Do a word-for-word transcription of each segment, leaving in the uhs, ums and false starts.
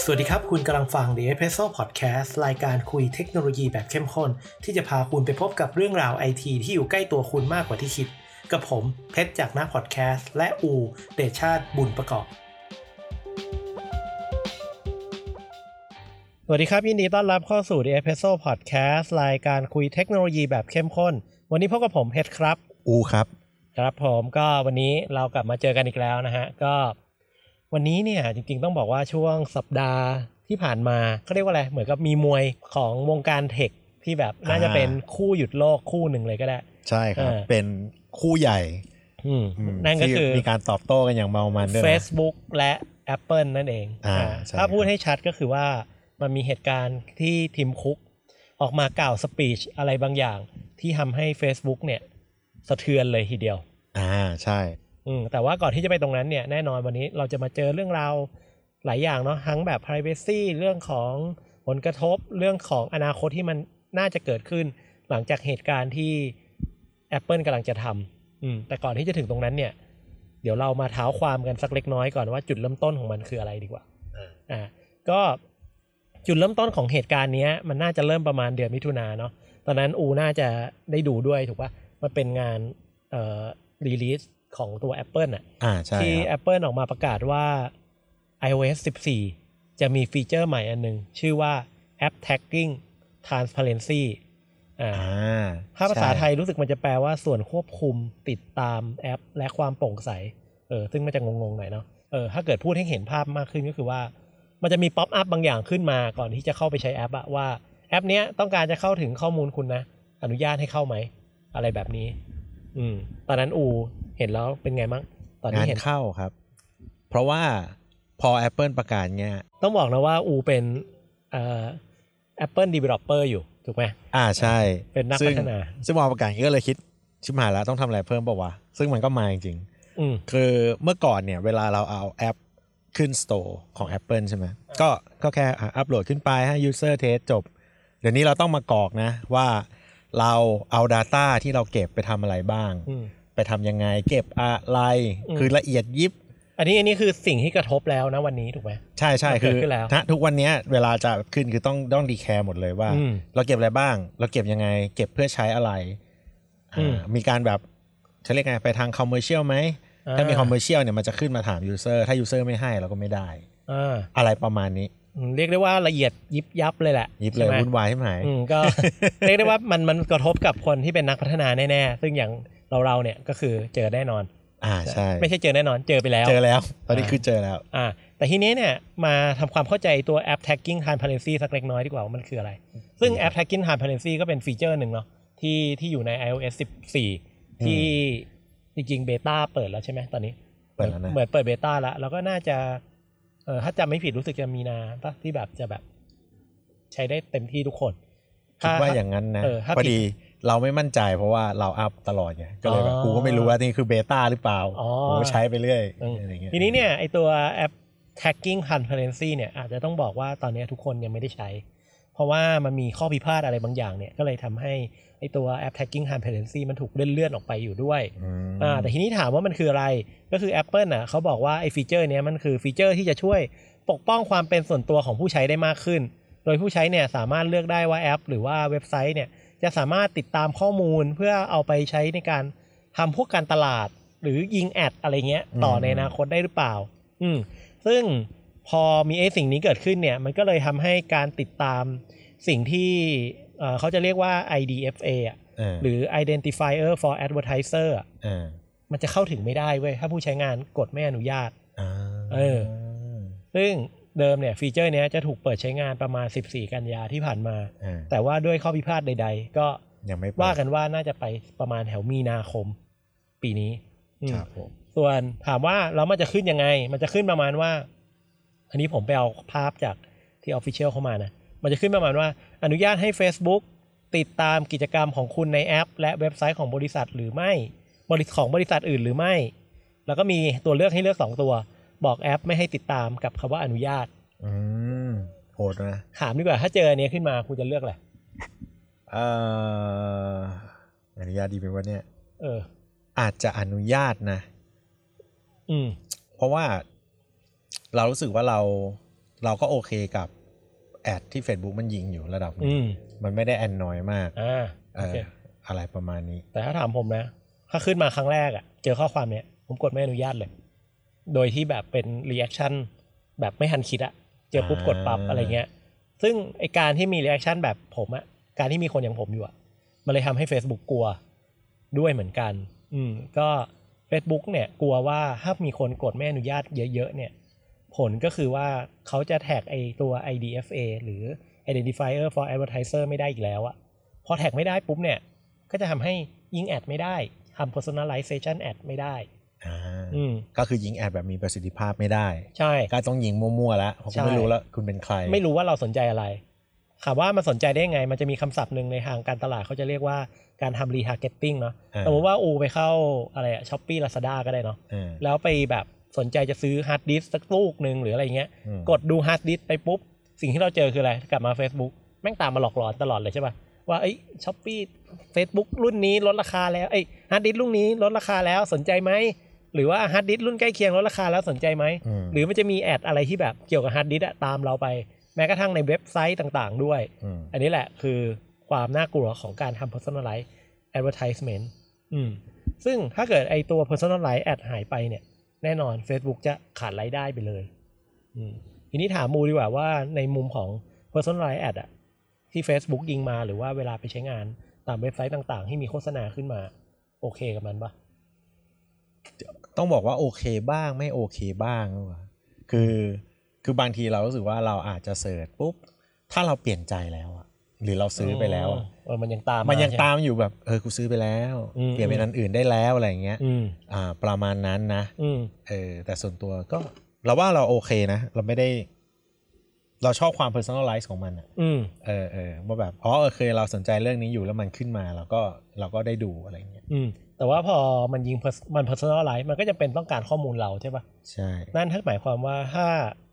สวัสดีครับคุณกำลังฟัง The Espresso Podcast รายการคุยเทคโนโลยีแบบเข้มข้นที่จะพาคุณไปพบกับเรื่องราว ไอ ที ที่อยู่ใกล้ตัวคุณมากกว่าที่คิดกับผมเพชรจากหน้า Podcast และอูเดชชาติบุญประกอบสวัสดีครับยินดีต้อนรับเข้าสู่ The Espresso Podcast รายการคุยเทคโนโลยีแบบเข้มข้นวันนี้พบกับผมเพชรครับอูครับครับผมก็วันนี้เรากลับมาเจอกันอีกแล้วนะฮะก็วันนี้เนี่ยจริงๆต้องบอกว่าช่วงสัปดาห์ที่ผ่านมาเขาเรียกว่าอะไรเหมือนกับมีมวยของวงการเทคที่แบบน่าจะเป็นคู่หยุดโลกคู่หนึ่งเลยก็ได้ใช่ครับเป็นคู่ใหญ่นั่นก็คือมีการตอบโต้กันอย่างเมามันด้วยนะ Facebook และ Apple นั่นเองถ้าพูดให้ชัดก็คือว่ามันมีเหตุการณ์ที่ทีมคุกออกมากล่าวสปีชอะไรบางอย่างที่ทำให้ Facebook เนี่ยสะเทือนเลยทีเดียวอ่าใช่อืมแต่ว่าก่อนที่จะไปตรงนั้นเนี่ยแน่นอนวันนี้เราจะมาเจอเรื่องราวหลายอย่างเนาะทั้งแบบ privacy เรื่องของผลกระทบเรื่องของอนาคตที่มันน่าจะเกิดขึ้นหลังจากเหตุการณ์ที่ Apple กำลังจะทำอืมแต่ก่อนที่จะถึงตรงนั้นเนี่ยเดี๋ยวเรามาเท้าความกันสักเล็กน้อยก่อนว่าจุดเริ่มต้นของมันคืออะไรดีกว่าอ่าก็จุดเริ่มต้นของเหตุการณ์นี้มันน่าจะเริ่มประมาณเดือนมิถุนายนเนาะตอนนั้นอูน่าจะได้ดูด้วยถูกป่ะมันเป็นงานเอ่อรีลีสของตัว Apple น่ะอ่าใช่ที่ Apple ออกมาประกาศว่า iOS สิบสี่จะมีฟีเจอร์ใหม่อันนึงชื่อว่า App Tracking Transparency อ่าถ้าภาษาไทยรู้สึกมันจะแปลว่าส่วนควบคุมติดตามแอปและความโปร่งใสเออซึ่งมันจะงงๆหน่อยเนาะเออถ้าเกิดพูดให้เห็นภาพมากขึ้นก็คือว่ามันจะมีป๊อปอัพบางอย่างขึ้นมาก่อนที่จะเข้าไปใช้แอปอะว่าแอปเนี้ยต้องการจะเข้าถึงข้อมูลคุณนะอนุญาตให้เข้าไหมอะไรแบบนี้อืมตอนนั้นอูเห็นแล้วเป็นไงมั้งตอนที่เห็นเข้าครับเพราะว่าพอ Apple ประกาศเงี้ยต้องบอกนะว่าอูเป็นเอ่อ Apple Developer อยู่ถูกไหมอ่าใช่เป็นนักพัฒนาซึ่งมองประกาศก็เลยคิดชิบหายแล้วต้องทำอะไรเพิ่มป่าววะซึ่งมันก็มาจริงๆคือเมื่อก่อนเนี่ยเวลาเราเอาแอปขึ้น Store ของ Apple ใช่ไหมก็ก็แค่อัปโหลดขึ้นไปให้ User Test จบเดี๋ยวนี้เราต้องมากรอกนะว่าเราเอา data ที่เราเก็บไปทำอะไรบ้างไปทำยังไงเก็บอะไรคือละเอียดยิบอันนี้อันนี้คือสิ่งที่กระทบแล้วนะวันนี้ถูกไหมใช่ใช่คือทุกวันนี้เวลาจะขึ้นคือต้องต้องดีแคร์หมดเลยว่าเราเก็บอะไรบ้างเราเก็บยังไงเก็บเพื่อใช้อะไรมีการแบบจะเรียกไงไปทางคอมเมอร์เชียลไหมถ้ามีคอมเมอร์เชียลเนี่ยมันจะขึ้นมาถามยูเซอร์ถ้ายูเซอร์ไม่ให้เราก็ไม่ได้อะไรประมาณนี้เรียกได้ว่าละเอียดยิบยับเลยแหละยิบเลยวุ่นวายใช่ไหมก็เรียกได้ว่ามันมันกระทบกับคนที่เป็นนักพัฒนาแน่ๆซึ่งอย่างเราเราเนี่ยก็คือเจอแน่นอนอ่าใช่ไม่ใช่เจอแน่นอนเจอไปแล้วเจอแล้วตอนนี้คือเจอแล้วอ่าแต่ทีนี้เนี่ยมาทำความเข้าใจตัว App Tracking Transparency สักเล็กน้อยดีกว่าว่ามันคืออะไรซึ่ง App Tracking Transparency ก็เป็นฟีเจอร์หนึ่งเนาะที่ที่อยู่ใน iOS สิบสี่ที่จริงๆเบต้าเปิดแล้วใช่ไหมตอนนี้เปิดแล้วนะเหมือนเปิดเบต้าแล้วแล้วก็น่าจะเออถ้าจำไม่ผิดรู้สึกจะมีนาป่ะที่แบบจะแบบใช้ได้เต็มที่ทุกคนคิดว่าอย่างนั้นนะพอดีเราไม่มั่นใจเพราะว่าเราอัพตลอดไงก็เลยแบบกูก็ไม่รู้ว่านี่คือเบต้าหรือเปล่าผมก็ใช้ไปเรื่อยอะไรเงี้ยทีนี้เนี่ยไอตัวแอป tracking transparency เนี่ยอาจจะต้องบอกว่าตอนนี้ทุกคนยังไม่ได้ใช้เพราะว่ามันมีข้อพิพาทอะไรบางอย่างเนี่ยก็เลยทำให้ไอตัวแอป tracking transparency มันถูกเลื่อนๆออกไปอยู่ด้วยอ่าแต่ทีนี้ถามว่ามันคืออะไรก็คือ Apple น่ะเขาบอกว่าไอฟีเจอร์เนี้ยมันคือฟีเจอร์ที่จะช่วยปกป้องความเป็นส่วนตัวของผู้ใช้ได้มากขึ้นโดยผู้ใช้เนี่ยสามารถเลือกได้ว่าแอปหรือว่าเว็บไซต์เนี่ยจะสามารถติดตามข้อมูลเพื่อเอาไปใช้ในการทำพวกการตลาดหรือยิงแอดอะไรเงี้ยต่อในอนาคตได้หรือเปล่าอืมซึ่งพอมีไอ้สิ่งนี้เกิดขึ้นเนี่ยมันก็เลยทำให้การติดตามสิ่งที่เอ่อเขาจะเรียกว่า ไอ ดี เอฟ เอ อ่ะหรือ Identifier for Advertiser อ่ะมันจะเข้าถึงไม่ได้เว้ยถ้าผู้ใช้งานกดไม่อนุญาตเออซึ่งเดิมเนี่ยฟีเจอร์เนี้ยจะถูกเปิดใช้งานประมาณสิบสี่กันยาที่ผ่านมาแต่ว่าด้วยข้อพิพาทใดๆก็ว่ากันว่าน่าจะไปประมาณแถวมีนาคมปีนี้ครับผมส่วนถามว่าแล้วมันจะขึ้นยังไงมันจะขึ้นประมาณว่าอันนี้ผมไปเอาภาพจากที่ Official เข้ามานะมันจะขึ้นประมาณว่าอนุญาตให้ Facebook ติดตามกิจกรรมของคุณในแอปและเว็บไซต์ของบริษัทหรือไม่บริษัทของบริษัทอื่นหรือไม่แล้วก็มีตัวเลือกให้เลือกสองตัวบอกแอปไม่ให้ติดตามกับคำว่าอนุญาตอืมโหดนะถามดีกว่าถ้าเจออันนี้ขึ้นมาคุณจะเลือกอะไรเอ่ออนุญาตดีไหมวะเนี่ยเอออาจจะอนุญาตนะอืมเพราะว่าเรารู้สึกว่าเราเราก็โอเคกับแอดที่ Facebook มันยิงอยู่ระดับนึงมันไม่ได้แอนนอยมากอ่าเอออะไรประมาณนี้แต่ถ้าถามผมนะถ้าขึ้นมาครั้งแรกอ่ะเจอข้อความเนี้ยผมกดไม่อนุญาตเลยโดยที่แบบเป็นรีแอคชั่นแบบไม่ทันคิดอะเจอปุ๊บกดปั๊บอะไรเงี้ยซึ่งไอการที่มีรีแอคชั่นแบบผมอะการที่มีคนอย่างผมอยู่อะมันเลยทำให้ Facebook กลัวด้วยเหมือนกันอืมก็ Facebook เนี่ยกลัวว่าถ้ามีคนกดไม่อนุญาตเยอะๆเนี่ยผลก็คือว่าเขาจะแท็กไอตัว ไอ ดี เอฟ เอ หรือ Identifier for Advertiser ไม่ได้อีกแล้วอะพอแท็กไม่ได้ปุ๊บเนี่ยก็จะทำให้ยิงแอดไม่ได้ทำ personalization ad ไม่ได้อ่าก็คือยิงแอดแบบมีประสิทธิภาพไม่ได้ใช่ก็ต้องยิงมั่วๆแล้วเพราะคุณไม่รู้แล้วคุณเป็นใครไม่รู้ว่าเราสนใจอะไรถามว่ามันสนใจได้ไงมันจะมีคำศัพท์หนึ่งในทางการตลาดเขาจะเรียกว่าการทำ retargeting เนาะสมมติว่าอูไปเข้าอะไรอะ Shopee Lazada ก็ได้เนาะแล้วไปแบบสนใจจะซื้อฮาร์ดดิสก์สักลูกนึงหรืออะไรเงี้ยกดดูฮาร์ดดิสก์ไปปุ๊บสิ่งที่เราเจอคืออะไรกลับมา Facebook แม่งตามมาหลอกหลอนตลอดเลยใช่ป่ะว่าไอ้ Shopee Facebook รุ่นนี้ลดราคาแล้วไอ้ฮาร์ดดิสก์รุ่นนี้ลดราคาแล้วสนใจไหมหรือว่าฮาร์ดดิสก์รุ่นใกล้เคียงลดราคาแล้วสนใจไหมหรือมันจะมีแอดอะไรที่แบบเกี่ยวกับฮาร์ดดิสก์ตามเราไปแม้กระทั่งในเว็บไซต์ต่างๆด้วยอันนี้แหละคือความน่ากลัวของการทำ personalized advertisement อืมซึ่งถ้าเกิดไอตัว personalized ad หายไปเนี่ยแน่นอน Facebook จะขาดรายได้ไปเลยอืมทีนี้ถามมูดีกว่าว่าในมุมของ personalized ad อะที่ Facebook ยิงมาหรือว่าเวลาไปใช้งานตามเว็บไซต์ต่างๆที่มีโฆษณาขึ้นมาโอเคกับมันปะต้องบอกว่าโอเคบ้างไม่โอเคบ้างว่ะคือคือบางทีเรารู้สึกว่าเราอาจจะเสิร์ชปุ๊บถ้าเราเปลี่ยนใจแล้วอะหรือเราซื้อไปแล้วเออมันยังตามมันยังตามอยู่แบบเออกูซื้อไปแล้วเปลี่ยนเป็นอันอื่นได้แล้วอะไรอย่างเงี้ยอ่าประมาณนั้นนะเออแต่ส่วนตัวก็เราว่าเราโอเคนะเราไม่ได้เราชอบความ personalize ของมันอ่ะเออเออว่าแบบอ๋อโอเคเราสนใจเรื่องนี้อยู่แล้วมันขึ้นมาเราก็เราก็ได้ดูอะไรเงี้ยแต่ว่าพอมันยิงมัน personalize มันก็จะเป็นต้องการข้อมูลเราใช่ป่ะใช่นั่นถ้าหมายความว่าถ้า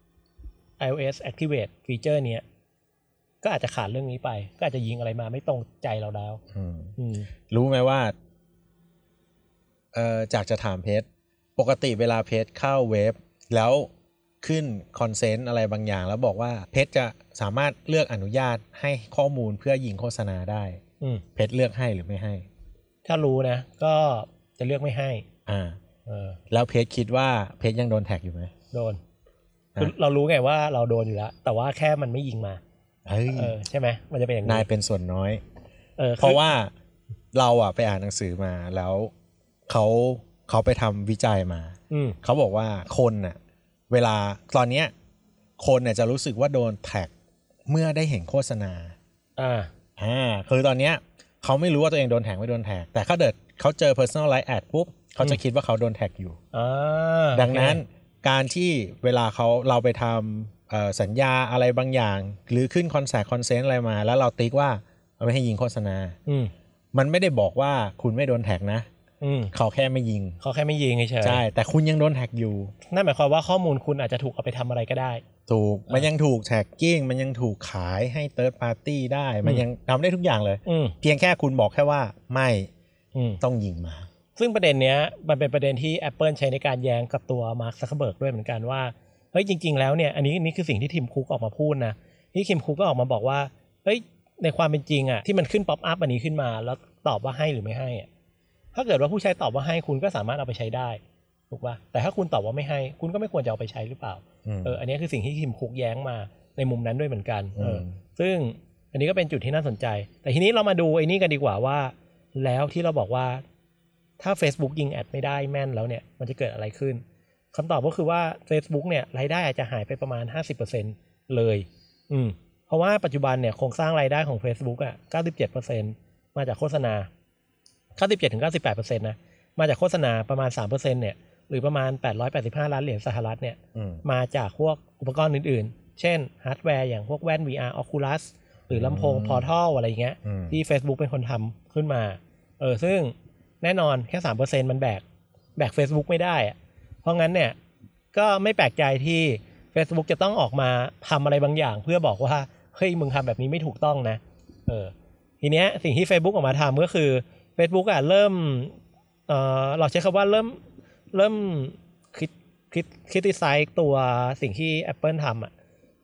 iOS activate ฟีเจอร์เนี้ยก็อาจจะขาดเรื่องนี้ไปก็อาจจะยิงอะไรมาไม่ตรงใจเราแล้วรู้ไหมว่าเอ่อจากจะถามเพจปกติเวลาเพจเข้าเว็บแล้วขึ้นคอนเซนต์อะไรบางอย่างแล้วบอกว่าเพจจะสามารถเลือกอนุญาตให้ข้อมูลเพื่อยิงโฆษณาได้เพจเลือกให้หรือไม่ให้ถ้ารู้นะก็จะเลือกไม่ให้อ่าเออแล้วเพจคิดว่าเพจยังโดนแท็กอยู่ไหมโดนเรารู้ไงว่าเราโดนอยู่แล้วแต่ว่าแค่มันไม่ยิงมาเฮ้ยใช่ไหมมันจะเป็นอย่างนี้นายเป็นส่วนน้อยเออเพราะว่าเราอ่ะไปอ่านหนังสือมาแล้วเขาเขาไปทำวิจัยมาเขาบอกว่าคนน่ะเวลาตอนเนี้ยคนเนี่ยจะรู้สึกว่าโดนแท็กเมื่อได้เห็นโฆษณาอ่าอ่าคือตอนเนี้ยเขาไม่รู้ว่าตัวเองโดนแท็กไม่โดนแท็กแต่ถ้าเกิดเขาเจอ personalized ad ปุ๊บเขาจะคิดว่าเขาโดนแท็กอยู่ดังนั้นการที่เวลาเขาเราไปทำสัญญาอะไรบางอย่างหรือขึ้นคอนแทคคอนเซนต์อะไรมาแล้วเราติ๊กว่าไม่ให้ยิงโฆษณามันไม่ได้บอกว่าคุณไม่โดนแท็กนะเขาแค่ไม่ยิงเขาแค่ไม่ยิงเฉยใช่แต่คุณยังโดนแท็กอยู่นั่นหมายความว่าข้อมูลคุณอาจจะถูกเอาไปทำอะไรก็ได้ถูกมันยังถูกแท็กกิ้งมันยังถูกขายให้เติร์ดปาร์ตี้ได้มันยังทำได้ทุกอย่างเลยเพียงแค่คุณบอกแค่ว่าไม่ต้องยิงมาซึ่งประเด็นเนี้ยมันเป็นประเด็นที่ Apple ใช้ในการแย้งกับตัว Mark Zuckerberg ด้วยเหมือนกันว่าเฮ้ยจริงๆแล้วเนี่ยอันนี้นี่คือสิ่งที่ทีมคุกออกมาพูดนะที่ทีมคุกก็ออกมาบอกว่าเฮ้ยในความเป็นจริงอ่ะที่มันขึ้นป๊อปอัพอันนี้ขึ้นมาแล้วตอบว่าให้หรือไม่ให้อ่ะถ้าเกิดว่าผู้ใช้ตอบว่าให้คุณก็สามารถเอาไปใช้ได้ถูกป่ะแต่ถ้าคุณตอบว่าไม่ให้คุณก็ไม่ควรจะเอาไปใช้หรือเปล่าเอออันนี้คือสิ่งที่ทีมคุกแย้งมาในมุมนั้นด้วยเหมือนกันเออซึ่งอันนี้ก็เป็นจุดที่น่าสนใจแต่ทีนี้เรามาดูไอ้นี่กันดีกว่าว่าแล้วที่เราบอกว่าถ้า Facebook ยิงแอดไม่ได้แม่นแล้วเนี่ยมันจะเกิดอะไรขึ้นคำตอบก็คือว่า Facebook เนี่ยรายได้อาจจะหายไปประมาณ ห้าสิบเปอร์เซ็นต์ เลยอืมเพราะว่าปัจจุบันเนี่ยโครงสร้างรายได้ของ Facebook อ่ะ เก้าสิบเจ็ดเปอร์เซ็นต์ มาจากโฆษณา เก้าสิบเจ็ดถึงเก้าสิบแปดเปอร์เซ็นต์ นะมาจากโฆษณาประมาณ สามเปอร์เซ็นต์ เนี่ยหรือประมาณแปดร้อยแปดสิบห้าล้านเหรียญสหรัฐเนี่ยมาจากพวกอุปกรณ์อื่นๆเช่นฮาร์ดแวร์อย่างพวกแว่น วี อาร์ Oculus หรือลำโพง Portal อะไรเงี้ยที่ Facebook เป็นคนทำขึ้นมาเออซึ่งแน่นอนแค่ สามเปอร์เซ็นต์ มันแบกแบก Facebook ไม่ได้อะเพราะงั้นเนี่ยก็ไม่แปลกใจที่ Facebook จะต้องออกมาทำอะไรบางอย่างเพื่อบอกว่าเฮ้ยมึงทำแบบนี้ไม่ถูกต้องนะเออทีเนี้ยสิ่งที่ Facebook ออกมาทำก็คือ Facebook อ่ะเริ่มเอ่อเราใช้คำว่าเริ่มเริ่มคิดคิดคิดไซน์ตัวสิ่งที่ Apple ทำอ่ะ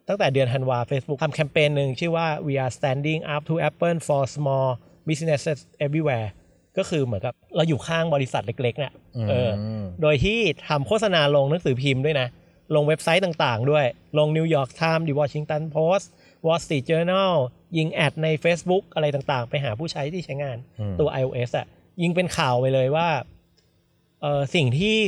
ตั้งแต่เดือนธันวา Facebook ทำแคมเปญหนึ่งชื่อว่า we are standing up to Apple for small businesses everywhere ก็คือเหมือนกับเราอยู่ข้างบริษัทเล็กๆเนี่ยเออโดยที่ทำโฆษณาลงหนังสือพิมพ์ด้วยนะลงเว็บไซต์ต่างๆด้วยลง New York Times The Washington Post Wall Street Journal ยิงแอดใน Facebook อะไรต่างๆไปหาผู้ใช้ที่ใช้งานตัว iOS อ่ะยิงเป็นข่าวไปเลยว่าเออสิ่งที่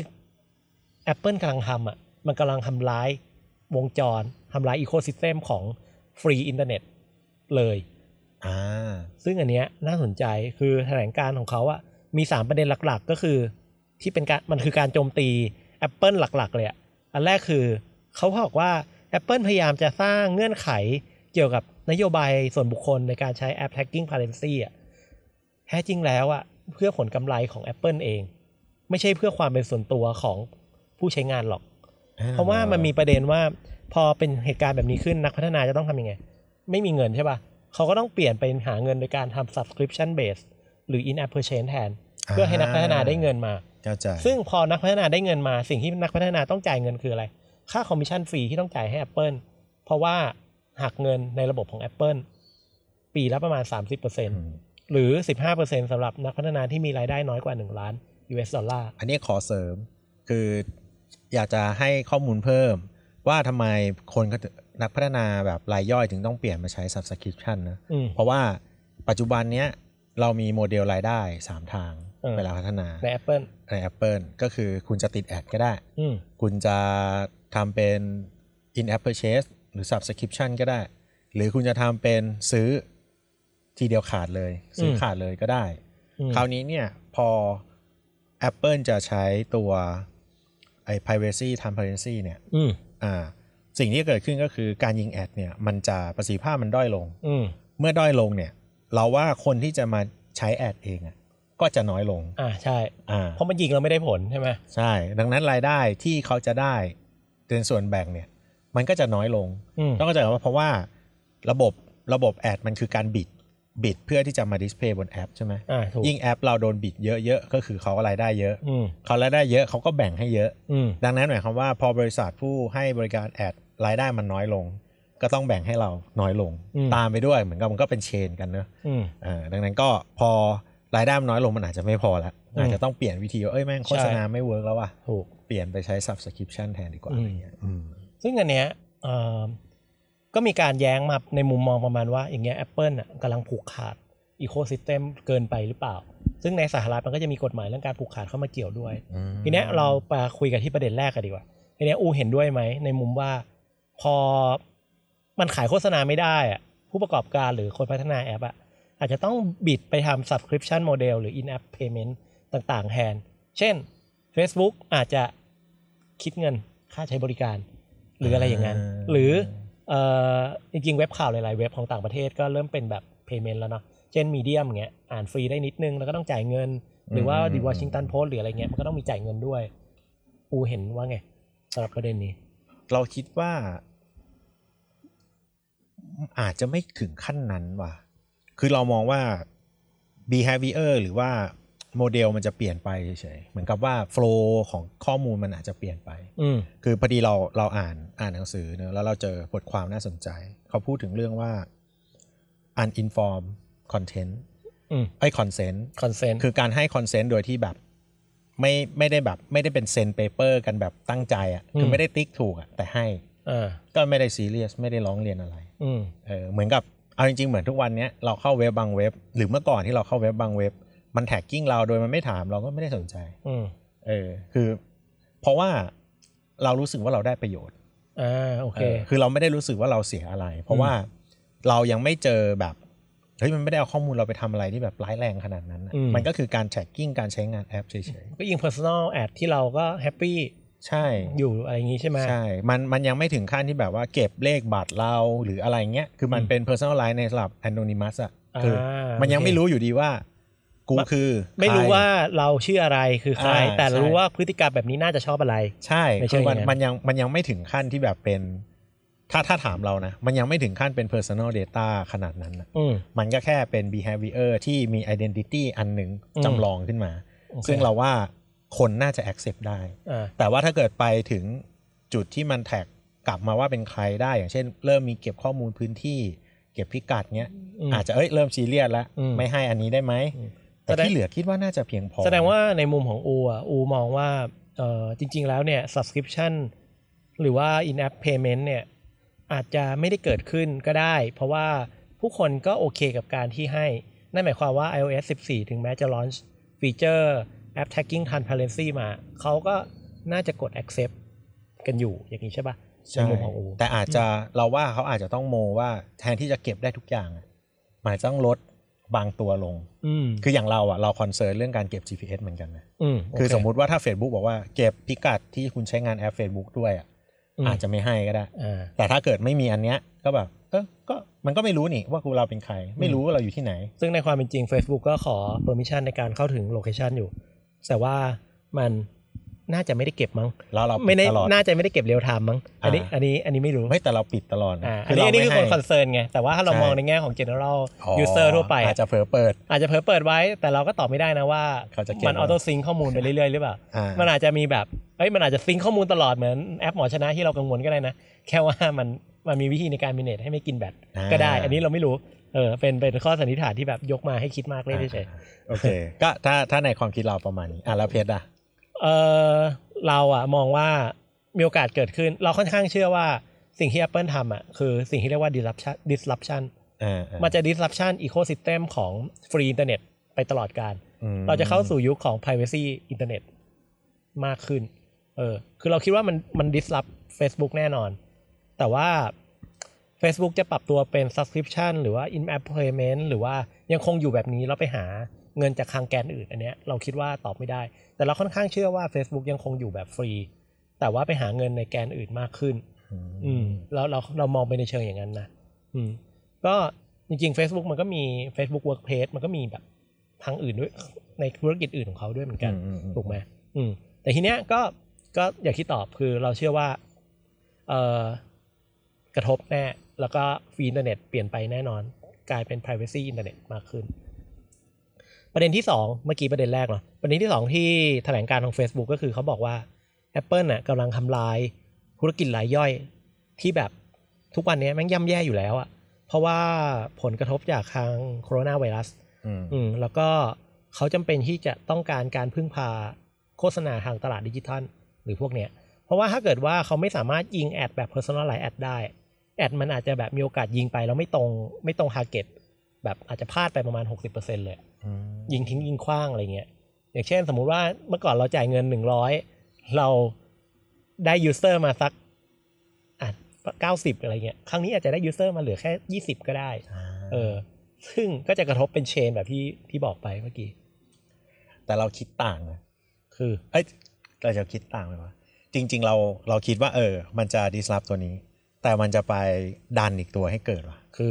Apple กำลังทำอ่ะมันกำลังทำร้ายวงจรทำลายอีโคซิสเต็มของฟรีอินเทอร์เน็ตเลยอ่าซึ่งอันเนี้ยน่าสนใจคือแถลงการของเขาอะมีสามประเด็นหลักๆก็คือที่เป็นการมันคือการโจมตี Apple หลักๆเลยอะอันแรกคือเขาบอกว่า Apple พยายามจะสร้างเงื่อนไขเกี่ยวกับนโยบายส่วนบุคคลในการใช้ App Tracking Policy อะแท้จริงแล้วอะเพื่อผลกำไรของ Apple เองไม่ใช่เพื่อความเป็นส่วนตัวของผู้ใช้งานหรอกเพราะว่ามันมีประเด็นว่าพอเป็นเหตุการณ์แบบนี้ขึ้นนักพัฒนาจะต้องทำยังไงไม่มีเงินใช่ป่ะเขาก็ต้องเปลี่ยนไปหาเงินโดยการทำ subscription base หรือ in-app purchase แทนเพื่อให้นักพัฒนาได้เงินมาซึ่งพอนักพัฒนาได้เงินมาสิ่งที่นักพัฒนาต้องจ่ายเงินคืออะไรค่าคอมมิชชั่นฟรีที่ต้องจ่ายให้ Apple เพราะว่าหักเงินในระบบของ Apple ปีละประมาณ สามสิบเปอร์เซ็นต์ หรือ สิบห้าเปอร์เซ็นต์ สำหรับนักพัฒนาที่มีรายได้น้อยกว่าหนึ่งล้าน ยู เอส ดอลลาร์อันนี้ขอเสริมคืออยากจะให้ข้อมูลเพิ่มว่าทำไมคนนักพัฒนาแบบรายย่อยถึงต้องเปลี่ยนมาใช้ Subscription นะเพราะว่าปัจจุบันเนี้ยเรามีโมเดลรายได้สามทางเวลาพัฒนาใน Apple ใน Apple ก็คือคุณจะติดแอดก็ได้คุณจะทำเป็น in-app purchase หรือ Subscription ก็ได้หรือคุณจะทำเป็นซื้อทีเดียวขาดเลยซื้อขาดเลยก็ได้คราวนี้เนี่ยพอ Apple จะใช้ตัวไอ้ privacy transparency เนี่ยอ่าสิ่งที่เกิดขึ้นก็คือการยิงแอดเนี่ยมันจะประสิทธิภาพมันด้อยลงเมื่อด้อยลงเนี่ยเราว่าคนที่จะมาใช้แอดเองอ่ะก็จะน้อยลงอ่าใช่อ่าเพราะมันยิงเราไม่ได้ผลใช่ไหมใช่ดังนั้นรายได้ที่เขาจะได้เป็นส่วนแบ่งเนี่ยมันก็จะน้อยลงต้องเข้าใจว่าเพราะว่าระบบระบบแอดมันคือการบิดบิดเพื่อที่จะมาดิสเพย์บนแอปใช่ไหมยิ่งแอปเราโดนบิดเยอะๆก็คือเขารายได้เยอะเขารายได้เยอะเขาก็แบ่งให้เยอะดังนั้นหมายความว่าพอบริษัทผู้ให้บริการแอดรายได้มันน้อยลงก็ต้องแบ่งให้เราน้อยลงตามไปด้วยเหมือนกับมันก็เป็นเชนกันเนอะดังนั้นก็พอรายได้มันน้อยลงมันอาจจะไม่พอแล้วอาจจะต้องเปลี่ยนวิธีว่าเอ้ยแม่งโฆษณาไม่เวิร์กแล้วว่ะเปลี่ยนไปใช้ Subscription แทนดีกว่าอะไรเงี้ยซึ่งอันเนี้ยก็มีการแย้งมาในมุมมองประมาณว่าอย่างเงี้ย Apple อ่ะกำลังผูกขาดอีโคซิสเต็มเกินไปหรือเปล่าซึ่งในสหรัฐมันก็จะมีกฎหมายเรื่องการผูกขาดเข้ามาเกี่ยวด้วยทีเนี้ยเราไปคุยกันที่ประเด็นแรกกันดีกว่าทีเนี้ยอูเห็นด้วยไหมในมุมว่าพอมันขายโฆษณาไม่ได้อ่ะผู้ประกอบการหรือคนพัฒนาแอปอ่ะอาจจะต้องบิดไปทำ subscription model หรือ in-app payment ต่างๆแทนเช่น Facebook อาจจะคิดเงินค่าใช้บริการหรืออะไรอย่างนั้นหรือเอ่อจริงๆเว็บข่าวหลายๆเว็บของต่างประเทศก็เริ่มเป็นแบบ payment แล้วเนาะเช่น Medium อย่างเงี้ยอ่านฟรีได้นิดนึงแล้วก็ต้องจ่ายเงินหรือว่า The Washington Post หรืออะไรเงี้ยมันก็ต้องมีจ่ายเงินด้วยปูเห็นว่าไงสำหรับประเด็นนี้เราคิดว่าอาจจะไม่ถึงขั้นนั้นว่ะคือเรามองว่า behavior หรือว่าโมเดลมันจะเปลี่ยนไปเฉยๆเหมือนกับว่า flow ของข้อมูลมันอาจจะเปลี่ยนไปคือพอดีเราเราอ่านอ่านหนังสือเนอะแล้วเราเจอบทความน่าสนใจเขาพูดถึงเรื่องว่า uninformed content ไอ้ consent consent คือการให้ consent โดยที่แบบไม่ไม่ได้แบบไม่ได้เป็นเซ็นเปเปอร์กันแบบตั้งใจอ่ะคือไม่ได้ติ๊กถูกอ่ะแต่ให้ก็ไม่ได้ซีเรียสไม่ได้ร้องเรียนอะไรเออเหมือนกับเอาจริงๆเหมือนทุกวันนี้เราเข้าเว็บบางเว็บหรือเมื่อก่อนที่เราเข้าเว็บบางเว็บมันแท็กกิ้งเราโดยมันไม่ถามเราก็ไม่ได้สนใจเออคือเพราะว่าเรารู้สึกว่าเราได้ประโยชน์อ่าโอเคคือเราไม่ได้รู้สึกว่าเราเสียอะไรเพราะว่าเรายังไม่เจอแบบเฮ้ยมันไม่ได้เอาข้อมูลเราไปทำอะไรที่แบบร้ายแรงขนาดนั้นมันก็คือการแท็กกิ้งการใช้งานแอปเฉยๆก็ยิง personal ad ที่เราก็แฮปปี้ใช่อยู่อะไรอย่างงี้ใช่ไหมใช่มันมันยังไม่ถึงขั้นที่แบบว่าเก็บเลขบัตรเราหรืออะไรเงี้ยคือมันเป็น personalize ในสำหรับ anonymous อ่ะคือมันยังไม่รู้อยู่ดีว่ากูคือไม่รู้ว่าเราชื่ออะไรคือใครแต่รู้ว่าพฤติกรรมแบบนี้น่าจะชอบอะไรใช่คือมันมันยังมันยังไม่ถึงขั้นที่แบบเป็นถ้าถ้าถามเรานะมันยังไม่ถึงขั้นเป็น personal data ขนาดนั้นนะมันก็แค่เป็น behavior ที่มี identity อันหนึ่งจำลองขึ้นมาซึ่งเราว่าคนน่าจะ accept ได้แต่ว่าถ้าเกิดไปถึงจุดที่มันแท็กกลับมาว่าเป็นใครได้อย่างเช่นเริ่มมีเก็บข้อมูลพื้นที่เก็บพิกัดเงี้ยอาจจะเอ้ยเริ่มซีเรียสแล้วไม่ให้อันนี้ได้ไหมแต่ที่เหลือคิดว่าน่าจะเพียงพอแสดงว่าในมุมของอูอ่ะอูมองว่าเออจริงๆแล้วเนี่ย subscription หรือว่า in-app payment เนี่ยอาจจะไม่ได้เกิดขึ้นก็ได้เพราะว่าผู้คนก็โอเคกับการที่ให้นั่นหมายความว่า iOS สิบสี่ถึงแม้จะ launch ฟีเจอร์ app tagging transparency มาเขาก็น่าจะกด accept กันอยู่อย่างนี้ใช่ป่ะในมุมของอูแต่อาจจะเราว่าเขาอาจจะต้องโมว่าแทนที่จะเก็บได้ทุกอย่างมันจะต้องลดบางตัวลงคืออย่างเราอ่ะเราคอนเซิร์นเรื่องการเก็บ จี พี เอส เหมือนกันนะคือสมมุติว่าถ้า Facebook บอกว่าเก็บพิกัดที่คุณใช้งานแอป Facebook ด้วยอ่ะอาจจะไม่ให้ก็ได้แต่ถ้าเกิดไม่มีอันเนี้ยก็แบบเออก็มันก็ไม่รู้นี่ว่าเราเป็นใครไม่รู้ว่าเราอยู่ที่ไหนซึ่งในความเป็นจริง Facebook ก็ขอ permission ในการเข้าถึงโลเคชันอยู่แต่ว่ามันน่าจะไม่ได้เก็บมั้งแล้วเราไม่ได้น่าจะไม่ได้เก็บเรียลไทม์มั้งอันนี้อันนี้อันนี้ไม่รู้ไม่แต่เราปิดตลอดคืออันนี้คือคนคอนเซิร์นไงแต่ว่าถ้าเรามองในแง่ของ general user ทั่วไปอาจจะเผลอเปิดอาจจะเผลอเปิดไว้แต่เราก็ตอบไม่ได้นะว่ามันออโต้ซิงค์ข้อมูลไปเรื่อยๆหรือเปล่ามันอาจจะมีแบบเอ้ยมันอาจจะซิงค์ข้อมูลตลอดเหมือนแอปหมอชนะที่เรากังวลก็ได้นะแค่ว่ามันมันมีวิธีในการ manage ให้ไม่กินแบตก็ได้อันนี้เราไม่รู้เออเป็นเป็นข้อสันนิษฐานที่แบบยกมาให้คิดมากเลยเฉยๆโอเคก็ถ้าถ้าในความคิดเราประมาณนี้อ่ะแล้วเพชรอ่ะเออเราอะมองว่ามีโอกาสเกิดขึ้นเราค่อนข้างเชื่อว่าสิ่งที่ Apple ทำอะคือสิ่งที่เรียกว่า disruption disruption มันจะ disruption ecosystem ของฟรีอินเทอร์เน็ตไปตลอดกาลเราจะเข้าสู่ยุคของ privacy อินเทอร์เน็ตมากขึ้นเออคือเราคิดว่ามันมัน disrupt Facebook แน่นอนแต่ว่า Facebook จะปรับตัวเป็น subscription หรือว่า in-app payment หรือว่ายังคงอยู่แบบนี้แล้วไปหาเงินจากทางแกนอื่นอันเนี้ยเราคิดว่าตอบไม่ได้แต่เราค่อนข้างเชื่อว่า Facebook ยังคงอยู่แบบฟรีแต่ว่าไปหาเงินในแกนอื่นมากขึ้นอืมแล้วเราเรามองไปในเชิงอย่างนั้นนะอืมก็จริงๆ Facebook มันก็มี Facebook Workplace มันก็มีแบบทางอื่นด้วยในธุรกิจอื่นของเขาด้วยเหมือนกันถูกไหมอืมแต่ทีเนี้ยก็ก็อย่างที่ตอบคือเราเชื่อว่าเอ่อกระทบแน่แล้วก็ฟรีอินเทอร์เน็ตเปลี่ยนไปแน่นอนกลายเป็น privacy อินเทอร์เน็ตมากขึ้นประเด็นที่สองเมื่อกี้ประเด็นแรกเนาะประเด็นที่สองที่แถลงการของ Facebook ก็คือเขาบอกว่า Apple น่ะกำลังทำลายธุรกิจรายย่อยที่แบบทุกวันนี้แม่งย่ำแย่อยู่แล้วอะเพราะว่าผลกระทบจากทางโคโรนาไวรัสอืมแล้วก็เขาจำเป็นที่จะต้องการการพึ่งพาโฆษณาทางตลาดดิจิทัลหรือพวกเนี้ยเพราะว่าถ้าเกิดว่าเขาไม่สามารถยิงแอดแบบ personalize ad ได้แอดมันอาจจะแบบมีโอกาสยิงไปแล้วไม่ตรงไม่ตรง target แบบอาจจะพลาดไปประมาณ หกสิบเปอร์เซ็นต์ เลยยิงทิ้งยิงขว้างอะไรเงี้ยอย่างเช่นสมมุติว่าเมื่อก่อนเราจ่ายเงินหนึ่งร้อยเราได้ยูเซอร์มาสักอ่ะเก้าสิบอะไรเงี้ยครั้งนี้อาจจะได้ยูเซอร์มาเหลือแค่ยี่สิบก็ได้เออซึ่งก็จะกระทบเป็นเชนแบบที่ที่บอกไปเมื่อกี้แต่เราคิดต่างนะคือเอ้ยเราจะคิดต่างไหมวะจริงๆเราเราคิดว่าเออมันจะ disrupt ตัวนี้แต่มันจะไปดันอีกตัวให้เกิดว่ะคือ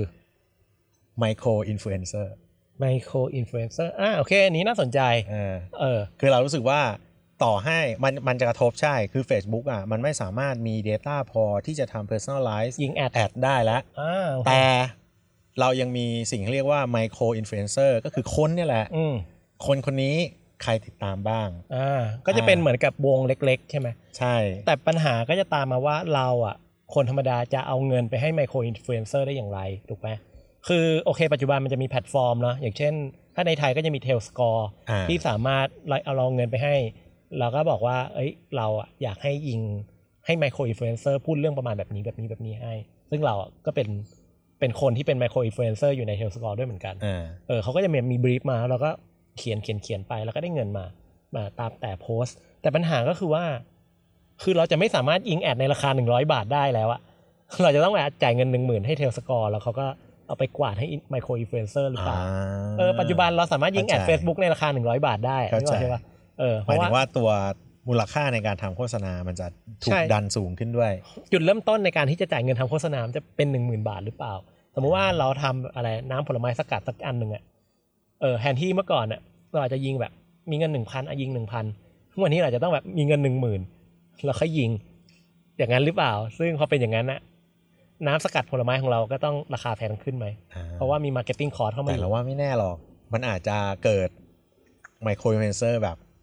micro influencer micro influencer อ่าโอเคอันนี้น่าสนใจเออเออคือเรารู้สึกว่าต่อให้มันมันจะกระทบใช่คือ Facebook อ่ะมันไม่สามารถมี data พอที่จะทำ personalize ยิงแอดแอดได้แล้วแต่เรายังมีสิ่งที่เรียกว่า micro influencer ก็คือคนเนี่ยแหละคนคนนี้ใครติดตามบ้างอ่าก็จะเป็นเหมือนกับวงเล็กๆใช่ไหมใช่แต่ปัญหาก็จะตามมาว่าเราอ่ะคนธรรมดาจะเอาเงินไปให้ micro influencer ได้อย่างไรถูกไหมคือโอเคปัจจุบันมันจะมีแพลตฟอร์มเนาะอย่างเช่นถ้าในไทยก็จะมี Tailscore ที่สามารถเอาเราเงินไปให้เราก็บอกว่าเอ้ยเราอ่ะอยากให้ยิงให้ micro influencer พูดเรื่องประมาณแบบนี้แบบนี้แบบนี้ให้ซึ่งเราก็เป็นเป็นคนที่เป็น micro influencer อยู่ใน Tailscore ด้วยเหมือนกันเออเขาก็จะมีมีบรีฟมาแล้วก็เขียนเขียนเขียนไปแล้วก็ได้เงินมามาตามแต่โพสต์แต่ปัญหาก็คือว่าคือเราจะไม่สามารถยิงแอดในราคาหนึ่งร้อยบาทได้แล้วอะเราจะต้องแบบจ่ายเงิน หนึ่งหมื่น ให้ Tailscore แล้วเขาก็เอาไปกวาดให้ micro influencer หรือเปล่าเออปัจจุบันเราสามารถยิงแอด Facebook ในราคาหนึ่งร้อยบาทได้ใช่ป่ะเออหมายถึงว่าตัวมูลค่าในการทำโฆษณามันจะถูกดันสูงขึ้นด้วยจุดเริ่มต้นในการที่จะจ่ายเงินทำโฆษณาจะเป็น หนึ่งหมื่น บาทหรือเปล่าสมมติว่าเราทำอะไรน้ำผลไม้สกัดสักอันนึงอ่ะเออแทนที่เมื่อก่อนอ่ะเราอาจจะยิงแบบมีเงิน หนึ่งพัน อ่ะยิง หนึ่งพัน ทุกวันนี้เราจะต้องแบบมีเงิน หนึ่งหมื่น แล้วค่อยยิงอย่างนั้นหรือเปล่าซึ่งพอเป็นอย่างนั้นน่ะน้ำสกัดผลไม้ของเราก็ต้องราคาแพงขึ้นไหมเพราะว่ามี marketing cost เข้ามาแต่เราว่าไม่แน่หรอกมันอาจจะเกิด micro influencer แบบ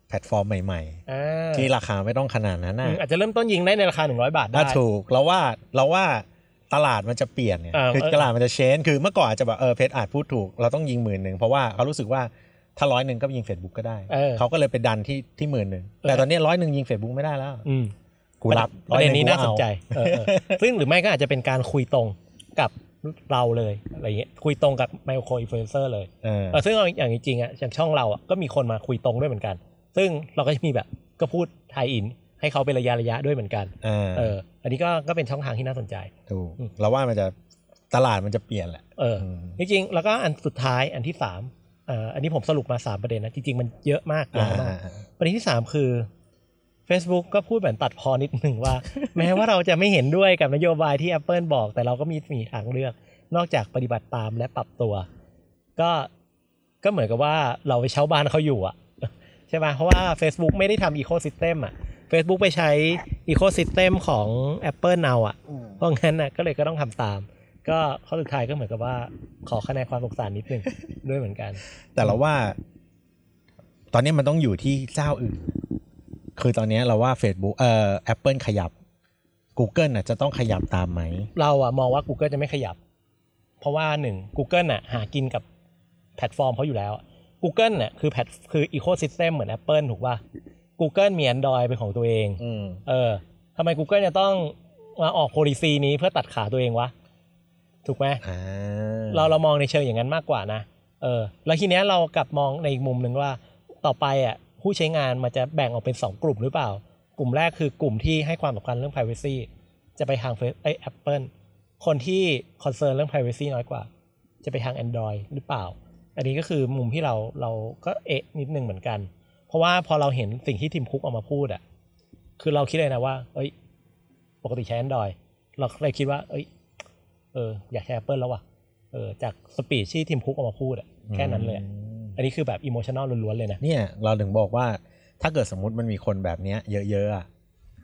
แพลตฟอร์มใหม่ๆที่ราคาไม่ต้องขนาดนั้นน่ะอาจจะเริ่มต้นยิงได้ในราคาหนึ่งร้อยบาทได้ถูกเราว่าเราว่าตลาดมันจะเปลี่ยนเนี่ยคือตลาดมันจะเชนคือเมื่อก่อนอาจจะแบบเออเพจอาจพูดถูกเราต้องยิงหมื่นนึงเพราะว่าเขารู้สึกว่าถ้าร้อยนึงก็ยิง Facebook ก็ได้เขาก็เลยไปดันที่ที่หมื่นนึงแต่ตอนนี้ร้อยนึงยิง Facebook ไม่ได้แล้วกูรับประเด็นนี้น่าสนใจซึ่งหรือไม่ก็อาจจะเป็นการคุยตรงกับเราเลยอะไรเงี้ยคุยตรงกับไมโครอินฟลูเอนเซอร์เลยเออซึ่งอย่างจริงๆอ่ะอย่างช่องเราอ่ะก็มีคนมาคุยตรงด้วยเหมือนกันซึ่งเราก็จะมีแบบก็พูดไทยอินให้เขาเป็นระยะระยะด้วยเหมือนกันเอออันนี้ก็ก็เป็นช่องทางที่น่าสนใจถูกเราว่ามันจะตลาดมันจะเปลี่ยนแหละเออจริงๆแล้วก็อันสุดท้ายอันที่สามเอ่ออันนี้ผมสรุปมาสามประเด็นนะจริงๆมันเยอะมากยาวมากประเด็นที่สามคือ Facebook ก็พูดแบบตัดพอนิดนึงว่า แม้ว่าเราจะไม่เห็นด้วยกับนโยบายที่ Apple บอกแต่เราก็มีมีทางเลือกนอกจากปฏิบัติตามและปรับตัวก็ก็เหมือนกับว่าเราไปเช่าบ้านเขาอยู่อ่ะใช่ไหมเพราะว่า Facebook ไม่ได้ทำ Ecosystem อ่ะ Facebook ไปใช้ Ecosystem ของ Apple เอาอ่ะเพราะงั้นน่ะก็เลยก็ต้องทำตามก็ข้อสุดท้ายก็เหมือนกับว่าขอคะแนนความสงสารนิดนึงด้วยเหมือนกันแต่เราว่าตอนนี้มันต้องอยู่ที่เจ้าอื่นคือตอนนี้เราว่า Facebook เอ่อ Apple ขยับ Google น่ะจะต้องขยับตามไหมเราอ่ะมองว่า Google จะไม่ขยับเพราะว่าหนึ่ง Google น่ะหากินกับแพลตฟอร์มเขาอยู่แล้ว Google น่ะคือแพลตคือ Ecosystem เหมือน Apple ถูกป่ะ Google มี Android เป็นของตัวเองเออทำไม Google จะต้องมาออก policy นี้เพื่อตัดขาตัวเองวะถูกไหมเราเรามองในเชิงอย่างนั้นมากกว่านะเออแล้วทีเนี้ยเรากลับมองในอีกมุมนึงว่าต่อไปอ่ะผู้ใช้งานมันจะแบ่งออกเป็นสองกลุ่มหรือเปล่ากลุ่มแรกคือกลุ่มที่ให้ความสำคัญเรื่อง privacy จะไปทางเฟซไอ้ Apple คนที่คอนเซิร์นเรื่อง privacy น้อยกว่าจะไปทาง Android หรือเปล่าอันนี้ก็คือมุมที่เราเราก็เอะนิดนึงเหมือนกันเพราะว่าพอเราเห็นสิ่งที่ทีมคุกออกมาพูดอ่ะคือเราคิดเลยนะว่าเอ้ยปกติใช้ Android เราเลยคิดว่าเอ้ยเอออยากใช้ Apple แล้วว่ะเออจากสปีดที่ทีมคุกออกมาพูดอ่ะแค่นั้นเลยอันนี้คือแบบอิโมชันนอลล้วนๆเลยนะเนี่ยเราถึงบอกว่าถ้าเกิดสมมุติมันมีคนแบบนี้เยอะๆอ่ะ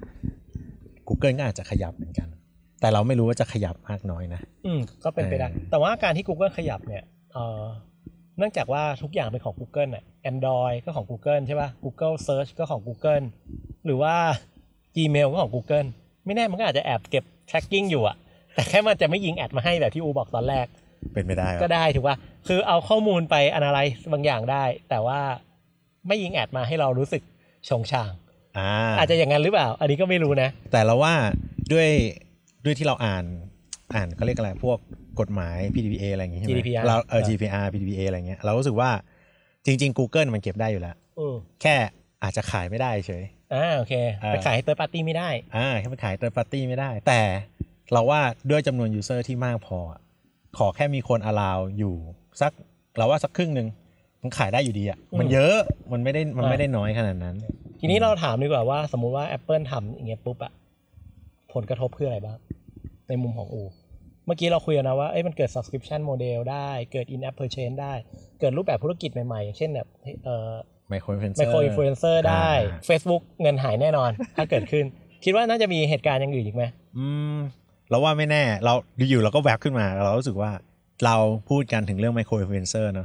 Google ก็อาจจะขยับเหมือนกันแต่เราไม่รู้ว่าจะขยับมากน้อยนะอืมก็เป็นไปได้แต่ว่าการที่ Google ขยับเนี่ยเอ่อเนื่องจากว่าทุกอย่างเป็นของ Google น่ะ Android ก็ของ Google ใช่ป่ะ Google Search ก็ของ Google หรือว่า Gmail ก็ของ Google ไม่แน่มันก็อาจจะแอบเก็บ tracking อยู่อ่ะแต่แค่มันจะไม่ยิงแอดมาให้แบบที่อูบอกตอนแรกเป็นไปได้ก็ได้ถูกป่ะคือเอาข้อมูลไป analyze บางอย่างได้แต่ว่าไม่ยิงแอดมาให้เรารู้สึกชงชางอ่าอาจจะอย่างนั้นหรือเปล่าอันนี้ก็ไม่รู้นะแต่เราว่าด้วยด้วยที่เราอ่านอ่านเขาเรียกอะไรพวกกฎหมาย พี ดี พี เอ อะไรอย่างงี้ใช่ไหมเราเออ จี พี อาร์ พี ดี พี เอ อะไรเงี้ยเรารู้สึกว่าจริงๆ Google มันเก็บได้อยู่แล้วแค่อาจจะขายไม่ได้เฉยอ่าโอเคไปขายให้ third party ไม่ได้อ่าแค่ไปขาย third party ไม่ได้แต่เราว่าด้วยจำนวน user ที่มากพอขอแค่มีคน allow อยู่สักเราว่าสักครึ่งนึงมันขายได้อยู่ดีอ่ะมันเยอะมันไม่ได้มันไม่ได้น้อยขนาดนั้นทีนี้เราถามดีกว่าว่าสมมุติว่า Apple ทำอย่างเงี้ยปุ๊บอะผลกระทบคืออะไรบ้างในมุมของอูเมื่อกี้เราคุยกันนะว่าเอ้ยมันเกิด subscription model ได้เกิด in app purchase ได้เกิดรูปแบบธุรกิจใหม่ๆอย่างเช่นแบบเอ่อ micro influencer micro influencer ได้ Facebook เงินหายแน่นอนถ้าเกิดขึ้นคิดว่าน่าจะมีเหตุการณ์อย่างอื่นอีกไหมอืมเราว่าไม่แน่เราอยู่ๆเราก็แวบขึ้นมาเรารู้สึกว่าเราพูดกันถึงเรื่อง micro influencer เนอะ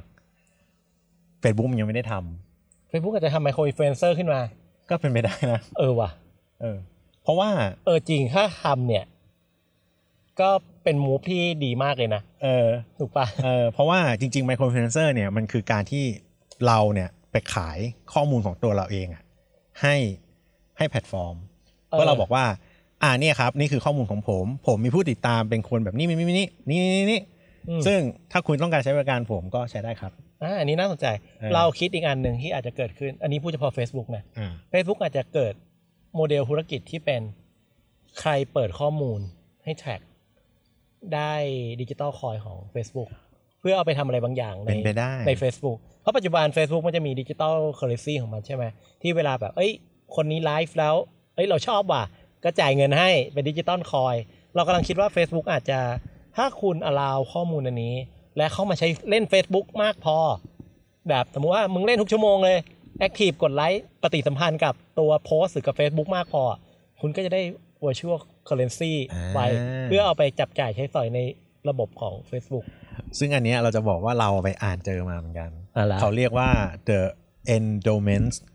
Facebook มันยังไม่ได้ทำ Facebook อาจจะทำ micro influencer ขึ้นมาก็เป็นไปได้นะเออว่ะเออเพราะว่าเออจริงถ้าทำเนี่ยก็เป็นมูฟที่ดีมากเลยนะเออถูกป่ะเออเพราะว่าจริงๆ micro influencer เนี่ยมันคือการที่เราเนี่ยไปขายข้อมูลของตัวเราเองอ่ะให้ให้แพลตฟอร์มเพราะเราบอกว่าอ่าเนี่ยครับนี่คือข้อมูลของผมผมมีผู้ติดตามเป็นคนแบบนี้นี่นี่นี่นี่นี่ซึ่งถ้าคุณต้องการใช้บริการผมก็ใช้ได้ครับอ่าอันนี้น่าสนใจเราคิดอีกอันหนึ่งที่อาจจะเกิดขึ้นอันนี้พูดเฉพาะ Facebook นะ Facebook อาจจะเกิดโมเดลธุรกิจที่เป็นใครเปิดข้อมูลให้แทร็กได้ดิจิตอลคอยของ Facebook เพื่อเอาไปทำอะไรบางอย่างในใน Facebook เพราะปัจจุบัน Facebook มันจะมีดิจิตอลเคอเรนซีของมันใช่ไหมที่เวลาแบบเอ้ยคนนี้ไลฟ์แล้วเอ้ยเราชอบว่ะก็จ่ายเงินให้เป็นดิจิตอลคอยเรากำลังคิดว่า Facebook อาจจะถ้าคุณ allow ข้อมูลอันนี้และเข้ามาใช้เล่น Facebook มากพอแบบสมมุติว่ามึงเล่นทุกชั่วโมงเลยแอคทีฟกดไลค์ปฏิสัมพันธ์กับตัวโพสต์หรือกับ Facebook มากพอคุณก็จะได้ virtual currency ไว้เพื่อเอาไปจับจ่ายใช้สอยในระบบของ Facebook ซึ่งอันนี้เราจะบอกว่าเราไปอ่านเจอมาเหมือนกันเขาเรียกว่า the endowment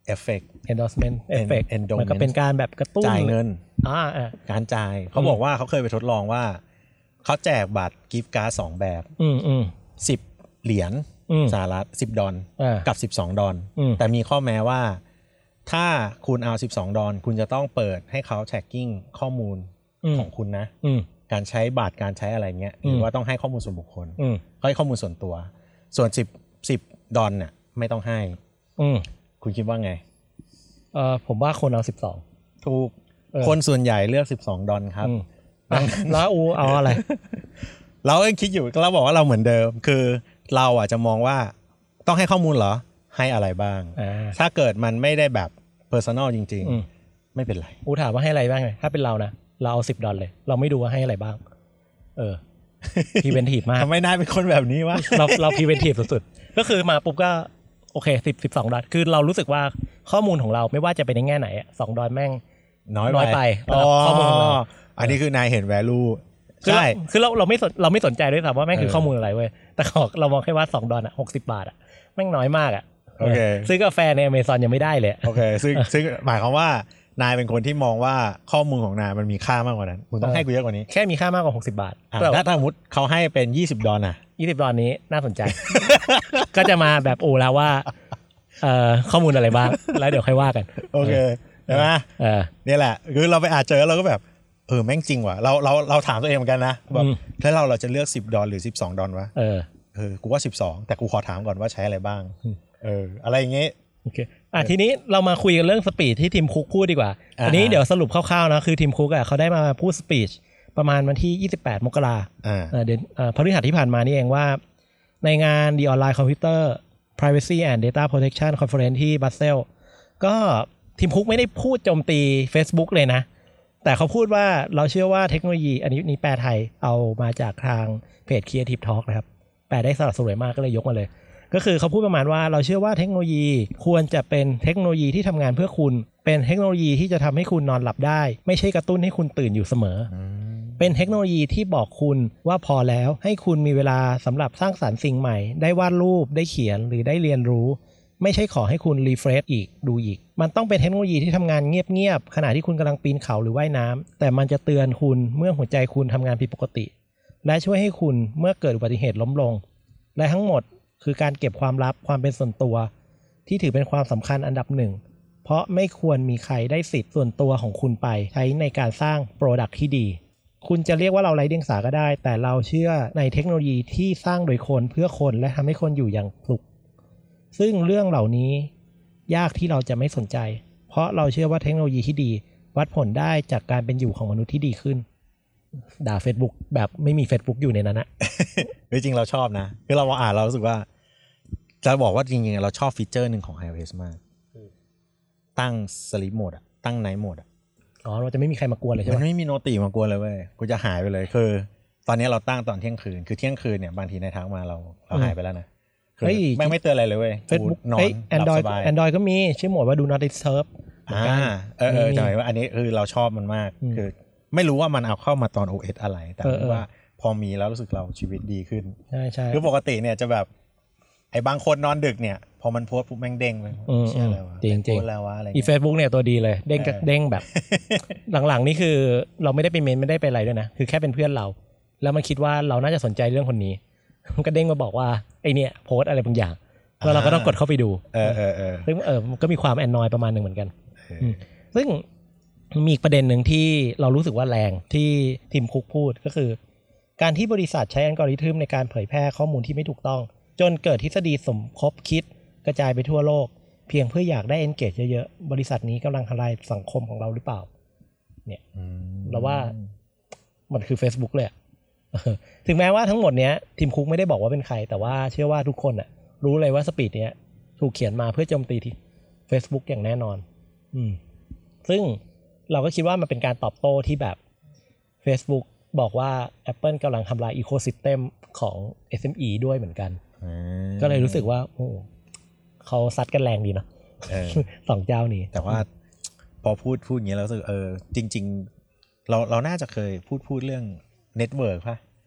effect endorsement effect Endowment มันก็เป็นการแบบกระตุ้นจ่ายเงินอ่าอ่าการจ่ายเขาบอกว่าเขาเคยไปทดลองว่าเขาแจกบัตรกิฟต์การ์ดสองแบบอืมอืมสิบเหรียญสหรัฐสิบดอลกับสิบสองดอลแต่มีข้อแม้ว่าถ้าคุณเอาสิบสองดอลคุณจะต้องเปิดให้เขา tracking ข้อมูลของคุณนะการใช้บัตรการใช้อะไรเงี้ยหรือว่าต้องให้ข้อมูลส่วนบุคคลก็ให้ข้อมูลส่วนตัวส่วนสิบ สิบดอลเนี่ยไม่ต้องให้คุณคิดว่าไงเออผมว่าคนเอาสิบสองถูกคนส่วนใหญ่เลือกสิบสองดอลครับแล้วอูเอาอะไรเราเองคิดอยู่เราบอกว่าเราเหมือนเดิมคือเราอ่ะจะมองว่าต้องให้ข้อมูลเหรอให้อะไรบ้างถ้าเกิดมันไม่ได้แบบ personal จริงๆไม่เป็นไรอูถามว่าให้อะไรบ้างไงถ้าเป็นเรานะเราเอาสิบดอลเลยเราไม่ดูว่าให้อะไรบ้างเออ preventive มากทำไมนายเป็นคนแบบนี้วะเราเรา preventive สุดๆก็คือมาปุ๊บก็โอเคสิบ สิบสองดอลคือเรารู้สึกว่าข้อมูลของเราไม่ว่าจะเป็นในแง่ไหนอ่ะสองดอลแม่งน้อยไปข้อมูลของเราอันนี้คือนายเห็น value ใช่คือเราเราไม่สนเราไม่สนใจด้วยซ้ำว่าแม่งคือข้อมูลอะไรเว้ยแต่เรามองแค่ว่าสองดอลอ่ะหกสิบบาทอ่ะแม่งน้อยมากอ่ะโอเคซื้อกาแฟใน Amazon ยังไม่ได้เลยโอเคซึ่งซึ่งหมายความว่านายเป็นคนที่มองว่าข้อมูลของนายมันมีค่ามากกว่านั้นมึงต้องให้กูเยอะกว่านี้แค่มีค่ามากกว่าหกสิบบาทถ้าสมมติเขาให้เป็นยี่สิบดอลน่ะยี่สิบดอลนี้น่าสนใจ ก็จะมาแบบโอ้แล้วว่าเอ่อข้อมูลอะไรบ้างแล้วเดี๋ยวค่อยว่ากันโอเคใช่ไหมเออนี่แหละคือเราไปอ่านเจอเราก็แบบเออแม่งจริงว่ะเราเราเราถามตัวเองเหมือนกันนะแบบถ้าเราเราจะเลือกสิบดอลหรือสิบสองดอลวะเออเออกูว่าสิบสองแต่กูขอถามก่อนว่าใช้อะไรบ้างเอออะไรอย่างเงี้ยโอเคอ่ะทีนี้เรามาคุยกันเรื่องสปีดที่ทีมคุกพูดดีกว่าอันนี้เดี๋ยวสรุปคร่าวๆนะคือทีมคุกอ่ะเขาได้มาพูดสปีดประมาณวันที่ยี่สิบแปดมกราคมอ่าเดือนอ่าพฤหัสที่ผ่านมานี่เองว่าในงาน The Online Computer Privacy and Data Protection Conference ที่บัสเซลก็ทีมคุกไม่ได้พูดโจมตี Facebook เลยนะแต่เขาพูดว่าเราเชื่อว่าเทคโนโลยีอันนี้นี่แปลไทยเอามาจากทางเพจ Creative Talk นะครับแปลได้สลัดสวยมากก็เลยยกมาเลยก็คือเขาพูดประมาณว่าเราเชื่อว่าเทคโนโลยีควรจะเป็นเทคโนโลยีที่ทำงานเพื่อคุณเป็นเทคโนโลยีที่จะทำให้คุณนอนหลับได้ไม่ใช่กระตุ้นให้คุณตื่นอยู่เสมอเป็นเทคโนโลยีที่บอกคุณว่าพอแล้วให้คุณมีเวลาสำหรับสร้างสรรค์สิ่งใหม่ได้วาดรูปได้เขียนหรือได้เรียนรู้ไม่ใช่ขอให้คุณรีเฟรชอีกดูอีกมันต้องเป็นเทคโนโลยีที่ทำงานเงียบๆขณะที่คุณกำลังปีนเขาหรือว่ายน้ำแต่มันจะเตือนคุณเมื่อหัวใจคุณทำงานผิดปกติและช่วยให้คุณเมื่อเกิดอุบัติเหตุล้มลงและทั้งหมดคือการเก็บความลับความเป็นส่วนตัวที่ถือเป็นความสำคัญอันดับหนึ่งเพราะไม่ควรมีใครได้สิทธิ์ส่วนตัวของคุณไปใช้ในการสร้างโปรดักต์ที่ดีคุณจะเรียกว่าเราไร้เดียงสาก็ได้แต่เราเชื่อในเทคโนโลยีที่สร้างโดยคนเพื่อคนและทำให้คนอยู่อย่างสุขซึ่งเรื่องเหล่านี้ยากที่เราจะไม่สนใจเพราะเราเชื่อว่าเทคโนโลยีที่ดีวัดผลได้จากการเป็นอยู่ของมนุษย์ที่ดีขึ้นด่า Facebook แบบไม่มี Facebook อยู่ในนั้นนะจริงๆเราชอบนะคือเราอ่านเรารู้สึกว่าจะบอกว่าจริงๆเราชอบฟีเจอร์หนึ่งของ iOS มากตั้ง Sleep Mode อ่ะตั้ง Night Mode อ่ะอ๋อเราจะไม่มีใครมากวนเลยใช่ไหมมันไม่มีโนติมากวนเลยเว้ยกูจะหายไปเลยคือตอนนี้เราตั้งตอนเที่ยงคืนคือเที่ยงคืนเนี่ยบางทีในทักมาเราเราหายไปแล้วนะคือไม่ไม่เตือนอะไรเลยเว้ย Facebook นอนหลับสบาย Android ก็มีชื่อโหมดว่า Do Not Disturb อ่าเออๆจำไว้ว่าอันนี้คือเราชอบมันมากคือไม่รู้ว่ามันเอาเข้ามาตอน โอ เอส อะไรแต่ว่าพอมีแล้วรู้สึกเราชีวิตดีขึ้นใช่ใช่คือปกติเนี่ยจะแบบไอ้บางคนนอนดึกเนี่ยพอมันโพสต์ปุ๊บแม่งเด้งเลยเชื่อแล้วจริงจริงแล้วว่าอะไรอี Facebook เนี่ยตัวดีเลยเด้งเด้งแบบหลังๆนี่คือเราไม่ได้ไปเมนไม่ได้ไปอะไรด้วยนะคือแค่เป็นเพื่อนเราแล้วมันคิดว่าเราน่าจะสนใจเรื่องคนนี้มันก็เด้งมาบอกว่าไอเนี่ยโพสต์อะไรบางอย่างแล้วเราก็ต้องกดเข้าไปดูเออเออเออซึ่งเออมันก็มีความแอนนอยประมาณนึงเหมือนกันซึ่งมีอีกประเด็นหนึ่งที่เรารู้สึกว่าแรงที่ทีมคุกพูดก็คือการที่บริษัทใช้อัลกอริทึมในการเผยแพร่ข้อมูลที่ไม่ถูกต้องจนเกิดทฤษฎีสมคบคิดกระจายไปทั่วโลกเพียงเพื่ออยากได้ engage เยอะๆบริษัทนี้กำลังทำลายสังคมของเราหรือเปล่าเนี่ยเราว่ามันคือ Facebook เลยถึงแม้ว่าทั้งหมดเนี้ยทีมคุกไม่ได้บอกว่าเป็นใครแต่ว่าเชื่อว่าทุกคนน่ะรู้เลยว่าสปีดเนี้ยถูกเขียนมาเพื่อโจมตีที่ Facebook อย่างแน่นอนอืมซึ่งเราก็คิดว่ามันเป็นการตอบโต้ที่แบบ Facebook บอกว่า Apple กำลังทำลายอีโคซิสเต็มของ เอส เอ็ม อี ด้วยเหมือนกันก็เลยรู้สึกว่าโอ้เขาซัดกันแรงดีเนาะสองเจ้านี้แต่ว่าพอพูดพูดอย่างนี้เรารู้สึกเออจริงๆเราเราน่าจะเคยพูดพูดเรื่องเน็ตเวิร์กป่ะ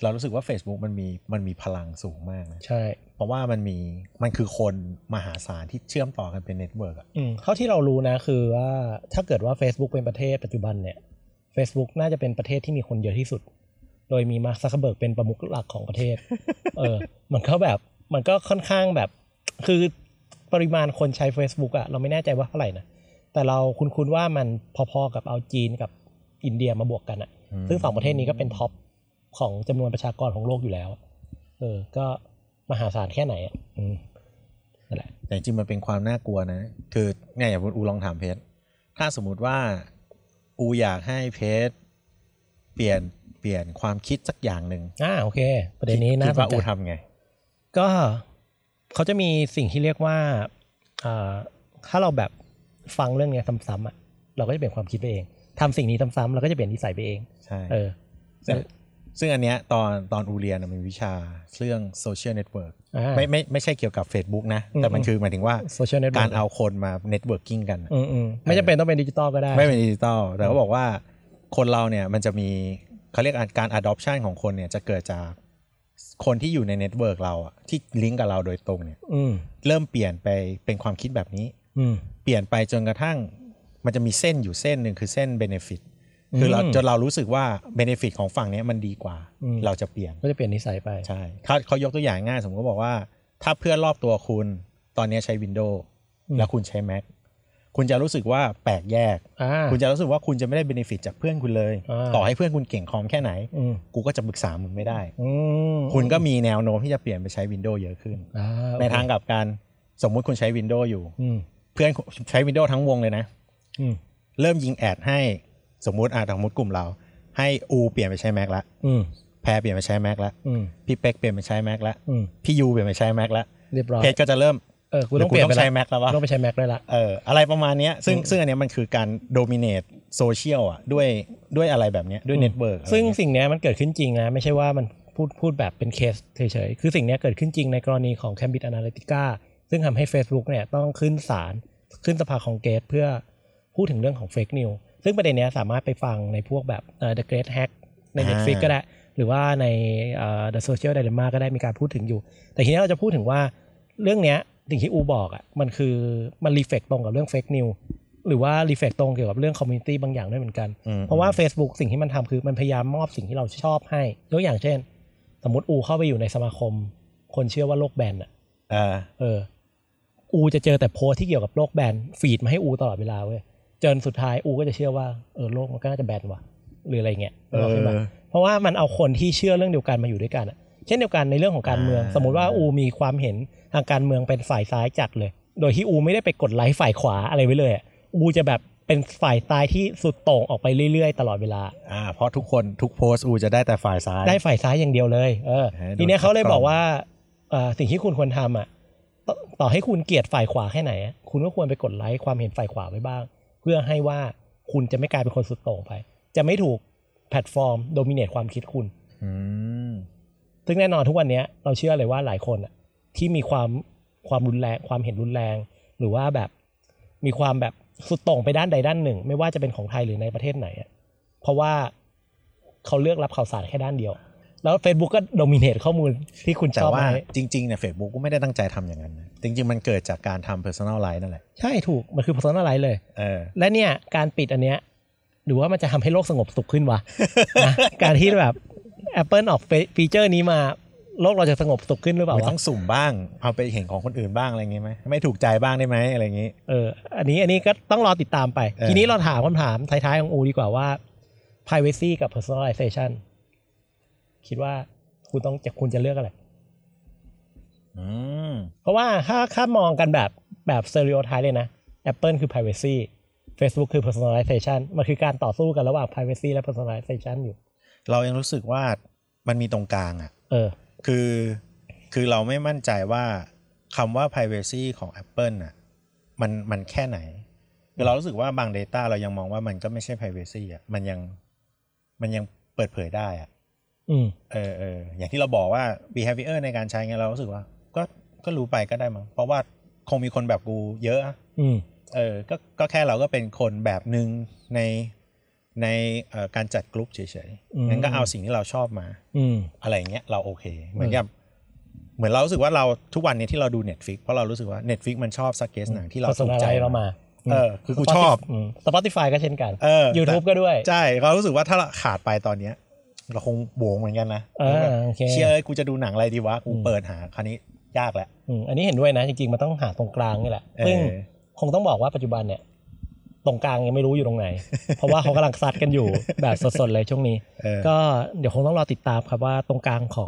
เรารู้สึกว่า Facebook มันมีมันมีพลังสูงมากนะใช่เพราะว่ามันมีมันคือคนมหาศาลที่เชื่อมต่อกันเป็นเน็ตเวิร์กอ่ะอืมเท่าที่เรารู้นะคือว่าถ้าเกิดว่า Facebook เป็นประเทศปัจจุบันเนี่ย Facebook น่าจะเป็นประเทศที่มีคนเยอะที่สุดโดยมีมาร์ค ซักเคอร์เบิร์กเป็นประมุขหลักของประเทศ เออมันก็แบบมันก็ค่อนข้างแบบคือปริมาณคนใช้ Facebook อ่ะเราไม่แน่ใจว่าเท่าไหร่นะแต่เราคุ้นๆว่ามันพอๆกับเอาจีนกับอินเดียมาบวกกันอ่ะซึ่งสองประเทศนี้ก็เป็นท็อปของจำนวนประชากรของโลกอยู่แล้วเออก็มหาศาลแค่ไหนอ่ะอืมนั่นแหละแต่จริงมันเป็นความน่ากลัวนะคือเนี่ยอย่างอูลองถามเพชรถ้าสมมุติว่าอูอยากให้เพชรเปลี่ยนเปลี่ยนความคิดสักอย่างหนึ่งอ่าโอเคประเด็นนี้น่าสนใจคิดว่าอูทำไงก็เขาจะมีสิ่งที่เรียกว่าอ่าถ้าเราแบบฟังเรื่องนี้ซ้ำๆอ่ะเราก็จะเปลี่ยนความคิดไปเองทำสิ่งนี้ซ้ำๆเราก็จะเปลี่ยนนิสัยไปเองใช่เออซึ่งซึ่งอันเนี้ยตอนตอนอูเรียนมันวิชาเรื่องโซเชียลเน็ตเวิร์กไม่ไม่ไม่ใช่เกี่ยวกับ Facebook นะแต่มันคือหมายถึงว่าการเอาคนมาเน็ตเวิร์กิ่งกันไม่จำเป็นต้องเป็นดิจิตอลก็ได้ไม่เป็นดิจิตอลแต่เขาบอกว่าคนเราเนี่ยมันจะมีเขาเรียกการ adoption ของคนเนี่ยจะเกิดจากคนที่อยู่ในเน็ตเวิร์กเราอ่ะที่ลิงก์กับเราโดยตรงเนี่ยเริ่มเปลี่ยนไปเป็นความคิดแบบนี้เปลี่ยนไปจนกระทั่งมันจะมีเส้นอยู่เส้นหนึ่งคือเส้น benefit คือเราจนเรารู้สึกว่า benefit ของฝั่งนี้มันดีกว่าเราจะเปลี่ยนก็จะเปลี่ยนนิสัยไปใช่ถ้าเขายกตัวอย่างง่ายสมมติก็บอกว่าถ้าเพื่อนรอบตัวคุณตอนนี้ใช้ Windows แล้วคุณใช้ Mac คุณจะรู้สึกว่าแปลกแยกคุณจะรู้สึกว่าคุณจะไม่ได้ benefit จากเพื่อนคุณเลยต่อให้เพื่อนคุณเก่งคอมแค่ไหนกูก็จะปรึกษามึงไม่ได้คุณก็มีแนวโน้มที่จะเปลี่ยนไปใช้ Windows เยอะขึ้นในทางกลับกันสมมุติคุณใช้ Windows อยู่เพื่อนใช้ Windows ทั้งวงเลยนะเริ่มยิงแอดให้สมมุติอ่ะสมมติกลุ่มเราให้อูเปลี่ยนไปใช้ Mac ละแพรเปลี่ยนไปใช้ Mac ละพี่เป๊กเปลี่ยนไปใช้ Mac ละพี่ยูเปลี่ยนไปใช้ Mac ละเรียบร้อยเพจก็จะเริ่มเออกูต้องเปลี่ยนไปใช้ Mac แล้ววะต้องไปใช้ Mac ได้ละเอออะไรประมาณนี้ซึ่งซึ่งอันนี้มันคือการโดมิเนตโซเชียลอ่ะด้วยด้วยอะไรแบบนี้ด้วยเน็ตเวิร์กซึ่งสิ่งนี้มันเกิดขึ้นจริงนะไม่ใช่ว่ามันพูดพูดแบบเป็นเคสเฉยๆคือสิ่งนี้เกิดขึ้นจริงในกรณีของ Cambridge Analytica ซึ่งทำให้ Facebook เนี่ยต้องขึ้นศาลขึ้นสภาคองเกรสเพื่อพูดถึงเรื่องของ Fake News ซึ่งประเด็นนี้สามารถไปฟังในพวกแบบ uh, The Great Hack ใน Netflix ก็ได้หรือว่าใน uh, The Social Dilemma ก็ได้มีการพูดถึงอยู่แต่ทีนี้เราจะพูดถึงว่าเรื่องนี้สิ่งที่อูบอกอ่ะมันคือมันรีเฟล็กตรงกับเรื่อง Fake News หรือว่ารีเฟล็กตรงเกี่ยวกับเรื่องคอมมูนิตี้บางอย่างด้วยเหมือนกันเพราะว่า Facebook สิ่งที่มันทำคือมันพยายามมอบสิ่งที่เราชอบให้ยกอย่างเช่นสมมติอูเข้าไปอยู่ในสมาคมคนเชื่อว่าโลกแบนอ่ะเอออูจะเจอแต่โพสที่เกี่ยวกับโลกแบนฟีดมาให้อูตลอดเวลาเว้ยจนสุดท้ายอูก็จะเชื่อว่าเออโลกมันก็น่าจะแบนว่ะหรืออะไรเงี้ยเพราะว่ามันเอาคนที่เชื่อเรื่องเดียวกันมาอยู่ด้วยกันอ่ะเช่นเดียวกันในเรื่องของการเมืองสมมุติว่าอูมีความเห็นทางการเมืองเป็นฝ่ายซ้ายจัดเลยโดยที่อูไม่ได้ไปกดไลค์ฝ่ายขวาอะไรไว้เลยอูจะแบบเป็นฝ่ายซ้ายที่สุดโต่งออกไปเรื่อยๆตลอดเวลาอ่าเพราะทุกคนทุกโพสต์อูจะได้แต่ฝ่ายซ้ายได้ฝ่ายซ้ายอย่างเดียวเลยเออทีนี้เขาเลยบอกว่าอ่าสิ่งที่คุณควรทำอ่ะต่อให้คุณเกลียดฝ่ายขวาแค่ไหนคุณก็ควรไปกดไลค์ความเห็นฝ่ายขวาไว้บ้างเพื่อให้ว่าคุณจะไม่กลายเป็นคนสุดโต่งไปจะไม่ถูกแพลตฟอร์มโดมิเนตความคิดคุณอืมซึ่งแน่นอนทุกวันนี้เราเชื่อเลยว่าหลายคนอ่ะที่มีความความรุนแรงความเห็นรุนแรงหรือว่าแบบมีความแบบสุดโต่งไปด้านใดด้านหนึ่งไม่ว่าจะเป็นของไทยหรือในประเทศไหนอ่ะเพราะว่าเขาเลือกรับข่าวสารแค่ด้านเดียวแล้ว Facebook ก็โดมิเนตข้อมูลที่คุณชอบว่าจริงๆเนี่ย Facebook ก็ไม่ได้ตั้งใจทำอย่างนั้นนะจริงๆมันเกิดจากการทำ personalize นั่นแหละใช่ถูกมันคือ personalize เลยเออและเนี่ยการปิดอันเนี้ยหรือว่ามันจะทำให้โลกสงบสุขขึ้นวะ นะการที่แบบ Apple ออกฟีเจอร์นี้มาโลกเราจะสงบสุขขึ้นหรือเปล่าวะต้องสุ่มบ้างเอาไปเห็นของคนอื่นบ้างอะไรอย่างงี้ไหมไม่ถูกใจบ้างได้ไหมอะไรอย่างงี้เอออันนี้อันนี้ก็ต้องรอติดตามไปทีนี้เราถามคำถามท้ายๆของอูดีกว่าว่า privacy กับ personalization คิดว่าคุณต้องจะคุณจะเลือกอะไรอืมเพราะว่าถ้าถ้ามองกันแบบแบบ stereotype เลยนะ Apple คือ privacy Facebook คือ personalization มันคือการต่อสู้กันระหว่าง privacy และ personalization อยู่เรายังรู้สึกว่ามันมีตรงกลางอ่ะเออคือคือเราไม่มั่นใจว่าคำว่า privacy ของ Apple น่ะมันมันแค่ไหนคือเรารู้สึกว่าบาง data เรายังมองว่ามันก็ไม่ใช่ privacy อ่ะมันยังมันยังเปิดเผยได้อ่ะอืมเออเอออย่างที่เราบอกว่า behavior ในการใช้ไงเรารู้สึกว่าก็ก็รู้ไปก็ได้มั้งเพราะว่าคงมีคนแบบกูเยอะอ่ะอืมเออก็ก็แค่เราก็เป็นคนแบบนึงในในการจัดกลุ่มเฉยๆงั้นก็เอาสิ่งที่เราชอบมาอะไรอย่างเงี้ยเราโอเคเหมือนกับเหมือนเรารู้สึกว่าเราทุกวันนี้ที่เราดู Netflix เพราะเรารู้สึกว่า Netflix มันชอบซักเกสหนังที่เราถูกใจเรามาเออคือกูชอบ Spotify ก็เช่นกัน YouTube ก็ด้วยใช่เรารู้สึกว่าถ้าขาดไปตอนเนี้ยเราคงโบงเหมือนกันนะเชื่อกูจะดูหนังอะไรดีวะกูเปิดหาคราวนี้ยากแหละอันนี้เห็นด้วยนะจริงๆมันต้องหาตรงกลางนี่แหละซึ่งคงต้องบอกว่าปัจจุบันเนี่ยตรงกลางยังไม่รู้อยู่ตรงไหนเพราะว่าเขากำลังซัดกันอยู่แบบสดๆเลยช่วงนี้ก็เดี๋ยวคงต้องรอติดตามครับว่าตรงกลางของ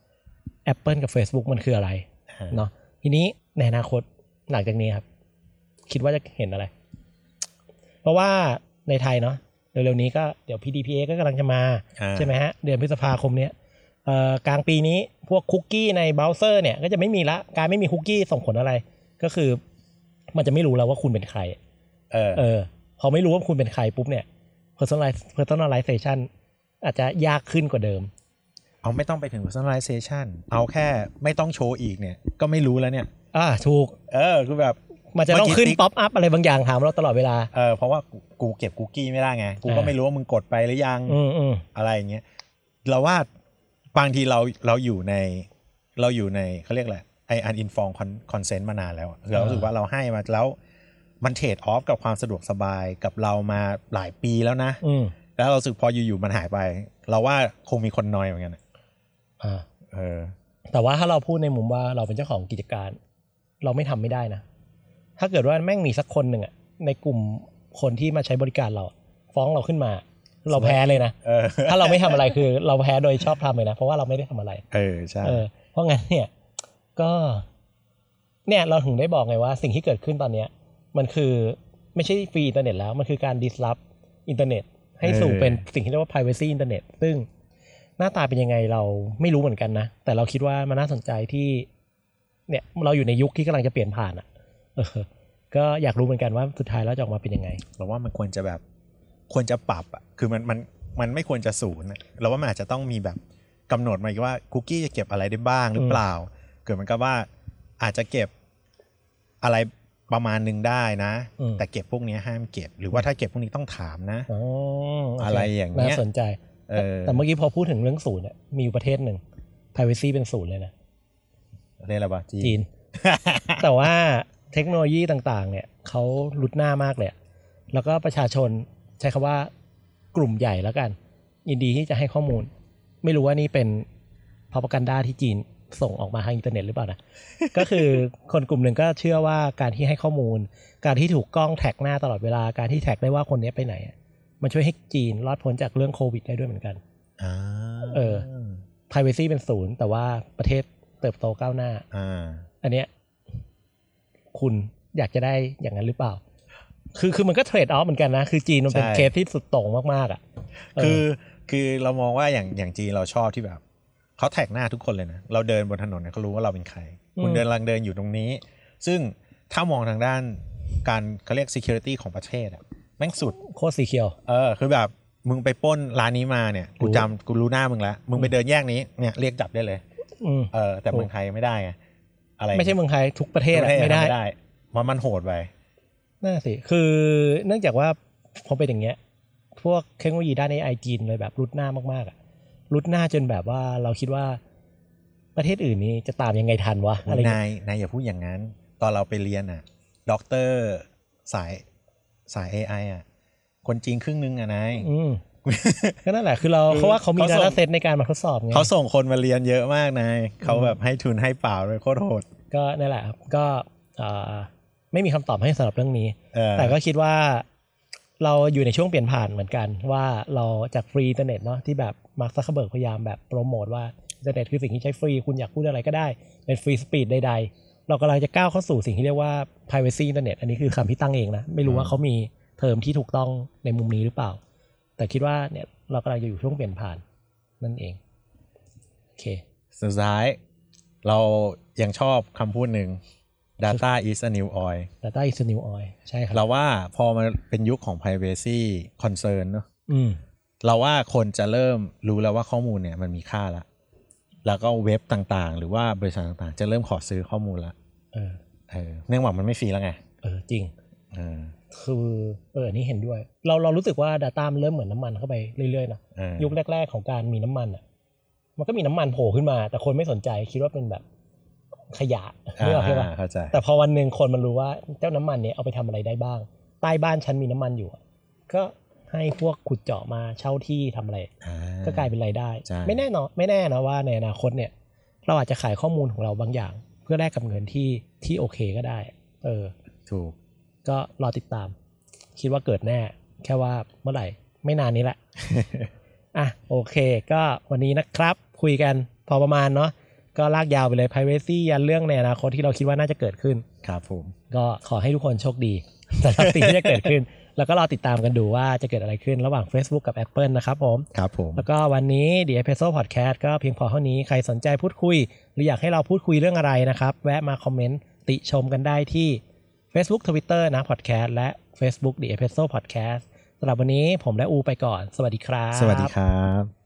Apple กับ Facebook มันคืออะไรเนาะทีนี้ในอนาคตหลังจากนี้ครับคิดว่าจะเห็นอะไรเพราะว่าในไทยเนาะเร็วๆนี้ก็เดี๋ยว พี ดี พี เอ ก็กำลังจะมาใช่ไหมฮะเดือนพฤษภาคมเนี้ยเอ่อกลางปีนี้พวกคุกกี้ในเบราว์เซอร์เนี่ยก็จะไม่มีละการไม่มีคุกกี้ส่งผลอะไรก็คือมันจะไม่รู้แล้วว่าคุณเป็นใครเออเออพอไม่รู้ว่าคุณเป็นใครปุ๊บเนี่ย personalize personalization อาจจะยากขึ้นกว่าเดิมเอาไม่ต้องไปถึง personalization เอาแค่ไม่ต้องโชว์อีกเนี่ยก็ไม่รู้แล้วเนี่ยอ่าถูกเออคือแบบมันจะต้องขึ้นป๊อปอัพอะไรบางอย่างถามเราตลอดเวลาเออเพราะว่ากูเก็บคุกกี้ไม่ได้ไงกูก็ไม่รู้ว่ามึงกดไปหรือยังอะไรอย่างเงี้ยเราว่าบางทีเราเราอยู่ในเราอยู่ในเขาเรียกอะไรไอ uninformed consent มานานแล้วเรารู้สึกว่าเราให้มาแล้วมันเทรดออฟกับความสะดวกสบายกับเรามาหลายปีแล้วนะแล้วเราสึกพออยู่ๆมันหายไปเราว่าคงมีคนน้อยเหมือนกันอ่าเออแต่ว่าถ้าเราพูดในมุมว่าเราเป็นเจ้าของกิจการเราไม่ทำไม่ได้นะถ้าเกิดว่าแม่งมีสักคนหนึ่งอ่ะในกลุ่มคนที่มาใช้บริการเราฟ้องเราขึ้นมาเราแพ้เลยนะถ้าเราไม่ทำอะไรคือเราแพ้โดยชอบทำเลยนะเพราะว่าเราไม่ได้ทำอะไรเออใช่เออเพราะงั้นเนี่ยก็เนี่ยเราถึงได้บอกไงว่าสิ่งที่เกิดขึ้นตอนเนี้ยมันคือไม่ใช่ฟรีอินเทอร์เน็ตแล้วมันคือการ disrupt อินเทอร์เน็ตให้สู่เป็นสิ่งที่เรียกว่า privacy อินเทอร์เน็ตซึ่งหน้าตาเป็นยังไงเราไม่รู้เหมือนกันนะแต่เราคิดว่ามันน่าสนใจที่เนี่ยเราอยู่ในยุคที่กำลังจะเปลี่ยนผ่านอ่ะเออก็อยากรู้เหมือนกันว่าสุดท้ายแล้วจะออกมาเป็นยังไงเราว่ามันควรจะแบบควรจะปรับอ่ะคือมันมันมันไม่ควรจะศูนย์เราว่ามันอาจจะต้องมีแบบกำหนดมาว่าคุกกี้จะเก็บอะไรได้บ้างหรือเปล่าเกิดมันก็ว่าอาจจะเก็บอะไรประมาณนึงได้นะแต่เก็บพวกนี้ห้ามเก็บหรือว่าถ้าเก็บพวกนี้ต้องถามนะออะไรอย่างเงี้ยน่าสนใจแต่เมื่อกี้พอพูดถึงเรื่องศูนย์เนี่ยมีอยู่ประเทศหนึ่ง privacy เป็นศูนย์เลยนะเรียกอะไรวะจีน แต่ว่าเทคโนโลยีต่างๆเนี่ยเขาลุดหน้ามากเลยแล้วก็ประชาชนใช้คำว่ากลุ่มใหญ่แล้วกันยินดีที่จะให้ข้อมูลไม่รู้ว่านี่เป็น propaganda ที่จีนส่งออกมาทางอินเทอร์เน็ตหรือเปล่านะก็คือคนกลุ่มหนึ่งก็เชื่อว่าการที่ให้ข้อมูลการที่ถูกกล้องแท็กหน้าตลอดเวลาการที่แท็กได้ว่าคนนี้ไปไหนมันช่วยให้จีนรอดพ้นจากเรื่องโควิดได้ด้วยเหมือนกันอ่าเออ privacy เป็นศูนย์แต่ว่าประเทศเติบโตก้าวหน้าอ่าอันเนี้ยคุณอยากจะได้อย่างนั้นหรือเปล่าคือคือมันก็เทรดออฟเหมือนกันนะคือจีนมันเป็นเคสที่สุดโต่งมากๆอ่ะคือคือเรามองว่าอย่างอย่างจีนเราชอบที่แบบเขาแท็กหน้าทุกคนเลยนะเราเดินบนถนนเนี่ยเขารู้ว่าเราเป็นใครคุณเดินลังเดินอยู่ตรงนี้ซึ่งถ้ามองทางด้านการเขาเรียก security ของประเทศอ่ะแม่งสุดโคตรสีเขียวเออคือแบบมึงไปปล้นร้านนี้มาเนี่ยกูจำกูรู้หน้ามึงแล้วมึงไปเดินแยกนี้เนี่ยเรียกจับได้เลยเออแต่เมืองไทยไม่ได้ไงอะไรไม่ใช่เมืองไทยทุกประเทศไม่ได้ไม่ได้มันมันโหดไปน่าสิคือเนื่องจากว่าพอเป็นอย่างเงี้ยพวกเทคโนโลยีด้าน เอ ไอ จีนเลยแบบรุดหน้ามากๆอ่ะรุดหน้าจนแบบว่าเราคิดว่าประเทศอื่นนี้จะตามยังไงทันวะอะไรนายนายอย่าพูดอย่างนั้นตอนเราไปเรียนอ่ะด็อกเตอร์สายสาย เอ ไอ อ่ะคนจีนครึ่งนึงอ่ะนายก็นั่นแหละคือเราเพราะว่าเขามี data set ในการมาทดสอบไงเขาส่งคนมาเรียนเยอะมากนายเขาแบบให้ทุนให้เปล่าเลยโคตรโหดก็นั่นแหละครับก็ไม่มีคำตอบให้สำหรับเรื่องนี้แต่ก็คิดว่าเราอยู่ในช่วงเปลี่ยนผ่านเหมือนกันว่าเราจากฟรีอินเทอร์เน็ตเนาะที่แบบมาร์ค ซักเคอร์เบิร์กพยายามแบบโปรโมทว่าอินเทอร์เน็ตคือสิ่งที่ใช้ฟรีคุณอยากพูดอะไรก็ได้เป็นฟรีสปีดใดๆเรากำลังจะก้าวเข้าสู่สิ่งที่เรียกว่า privacy อินเทอร์เน็ตอันนี้คือคำที่ตั้งเองนะไม่รู้ว่าเขามีเทอมที่ถูกต้องในมุมนี้หรือเปล่าแต่คิดว่าเนี่ยเรากำลังจะอยู่ช่วงเปลี่ยนผ่านนั่นเองโอเคสุดท้ายเรายังชอบคำพูดหนึ่ง data is a new oil data is a new oil ใช่ครับเราว่าพอมันเป็นยุคของ privacy concern เนอะเราว่าคนจะเริ่มรู้แล้วว่าข้อมูลเนี่ยมันมีค่าแล้วแล้วก็เว็บต่างๆหรือว่าบริษัทต่างๆจะเริ่มขอซื้อข้อมูลแล้วเออเออเนื่องจากมันไม่ฟรีแล้วไงเออจริงเออคือเออนี่เห็นด้วยเราเรารู้สึกว่า data มันเริ่มเหมือนน้ำมันเข้าไปเรื่อยๆนะยุคแรกๆของการมีน้ำมันอ่ะมันก็มีน้ำมันโผล่ขึ้นมาแต่คนไม่สนใจคิดว่าเป็นแบบขยะนึกออกใช่ป่ะแต่พอวันนึงคนมันรู้ว่าเจ้าน้ำมันนี้เอาไปทำอะไรได้บ้างใต้บ้านฉันมีน้ำมันอยู่ก็ให้พวกขุดเจาะมาเช่าที่ทำอะไรก็กลายเป็นรายได้ไม่แน่นอนไม่แน่นะว่าในอนาคตเนี่ยเราอาจจะขายข้อมูลของเราบางอย่างเพื่อแลกกับเงินที่ที่โอเคก็ได้เออถูกก็รอติดตามคิดว่าเกิดแน่แค่ว่าเมื่อไหร่ไม่นานนี้แหละ อ่ะโอเคก็วันนี้นะครับคุยกันพอประมาณเนาะก็ลากยาวไปเลย privacy ยันเรื่องในอนาคตที่เราคิดว่าน่าจะเกิดขึ้นครับผมก็ขอให้ทุกคนโชคดีสำหรับสิ่งที่จะเกิดขึ้นแล้วก็รอติดตามกันดูว่าจะเกิดอะไรขึ้นระหว่าง Facebook กับ Apple นะครับผมครับผมแล้วก็วันนี้ The Episode Podcast ก็เพียงพอเท่านี้ใครสนใจพูดคุยหรืออยากให้เราพูดคุยเรื่องอะไรนะครับแวะมาคอมเมนต์ติชมกันได้ที่ Facebook Twitter นะ Podcast และ Facebook The Episode Podcast สำหรับวันนี้ผมและอูไปก่อนสวัสดีครับสวัสดีครับ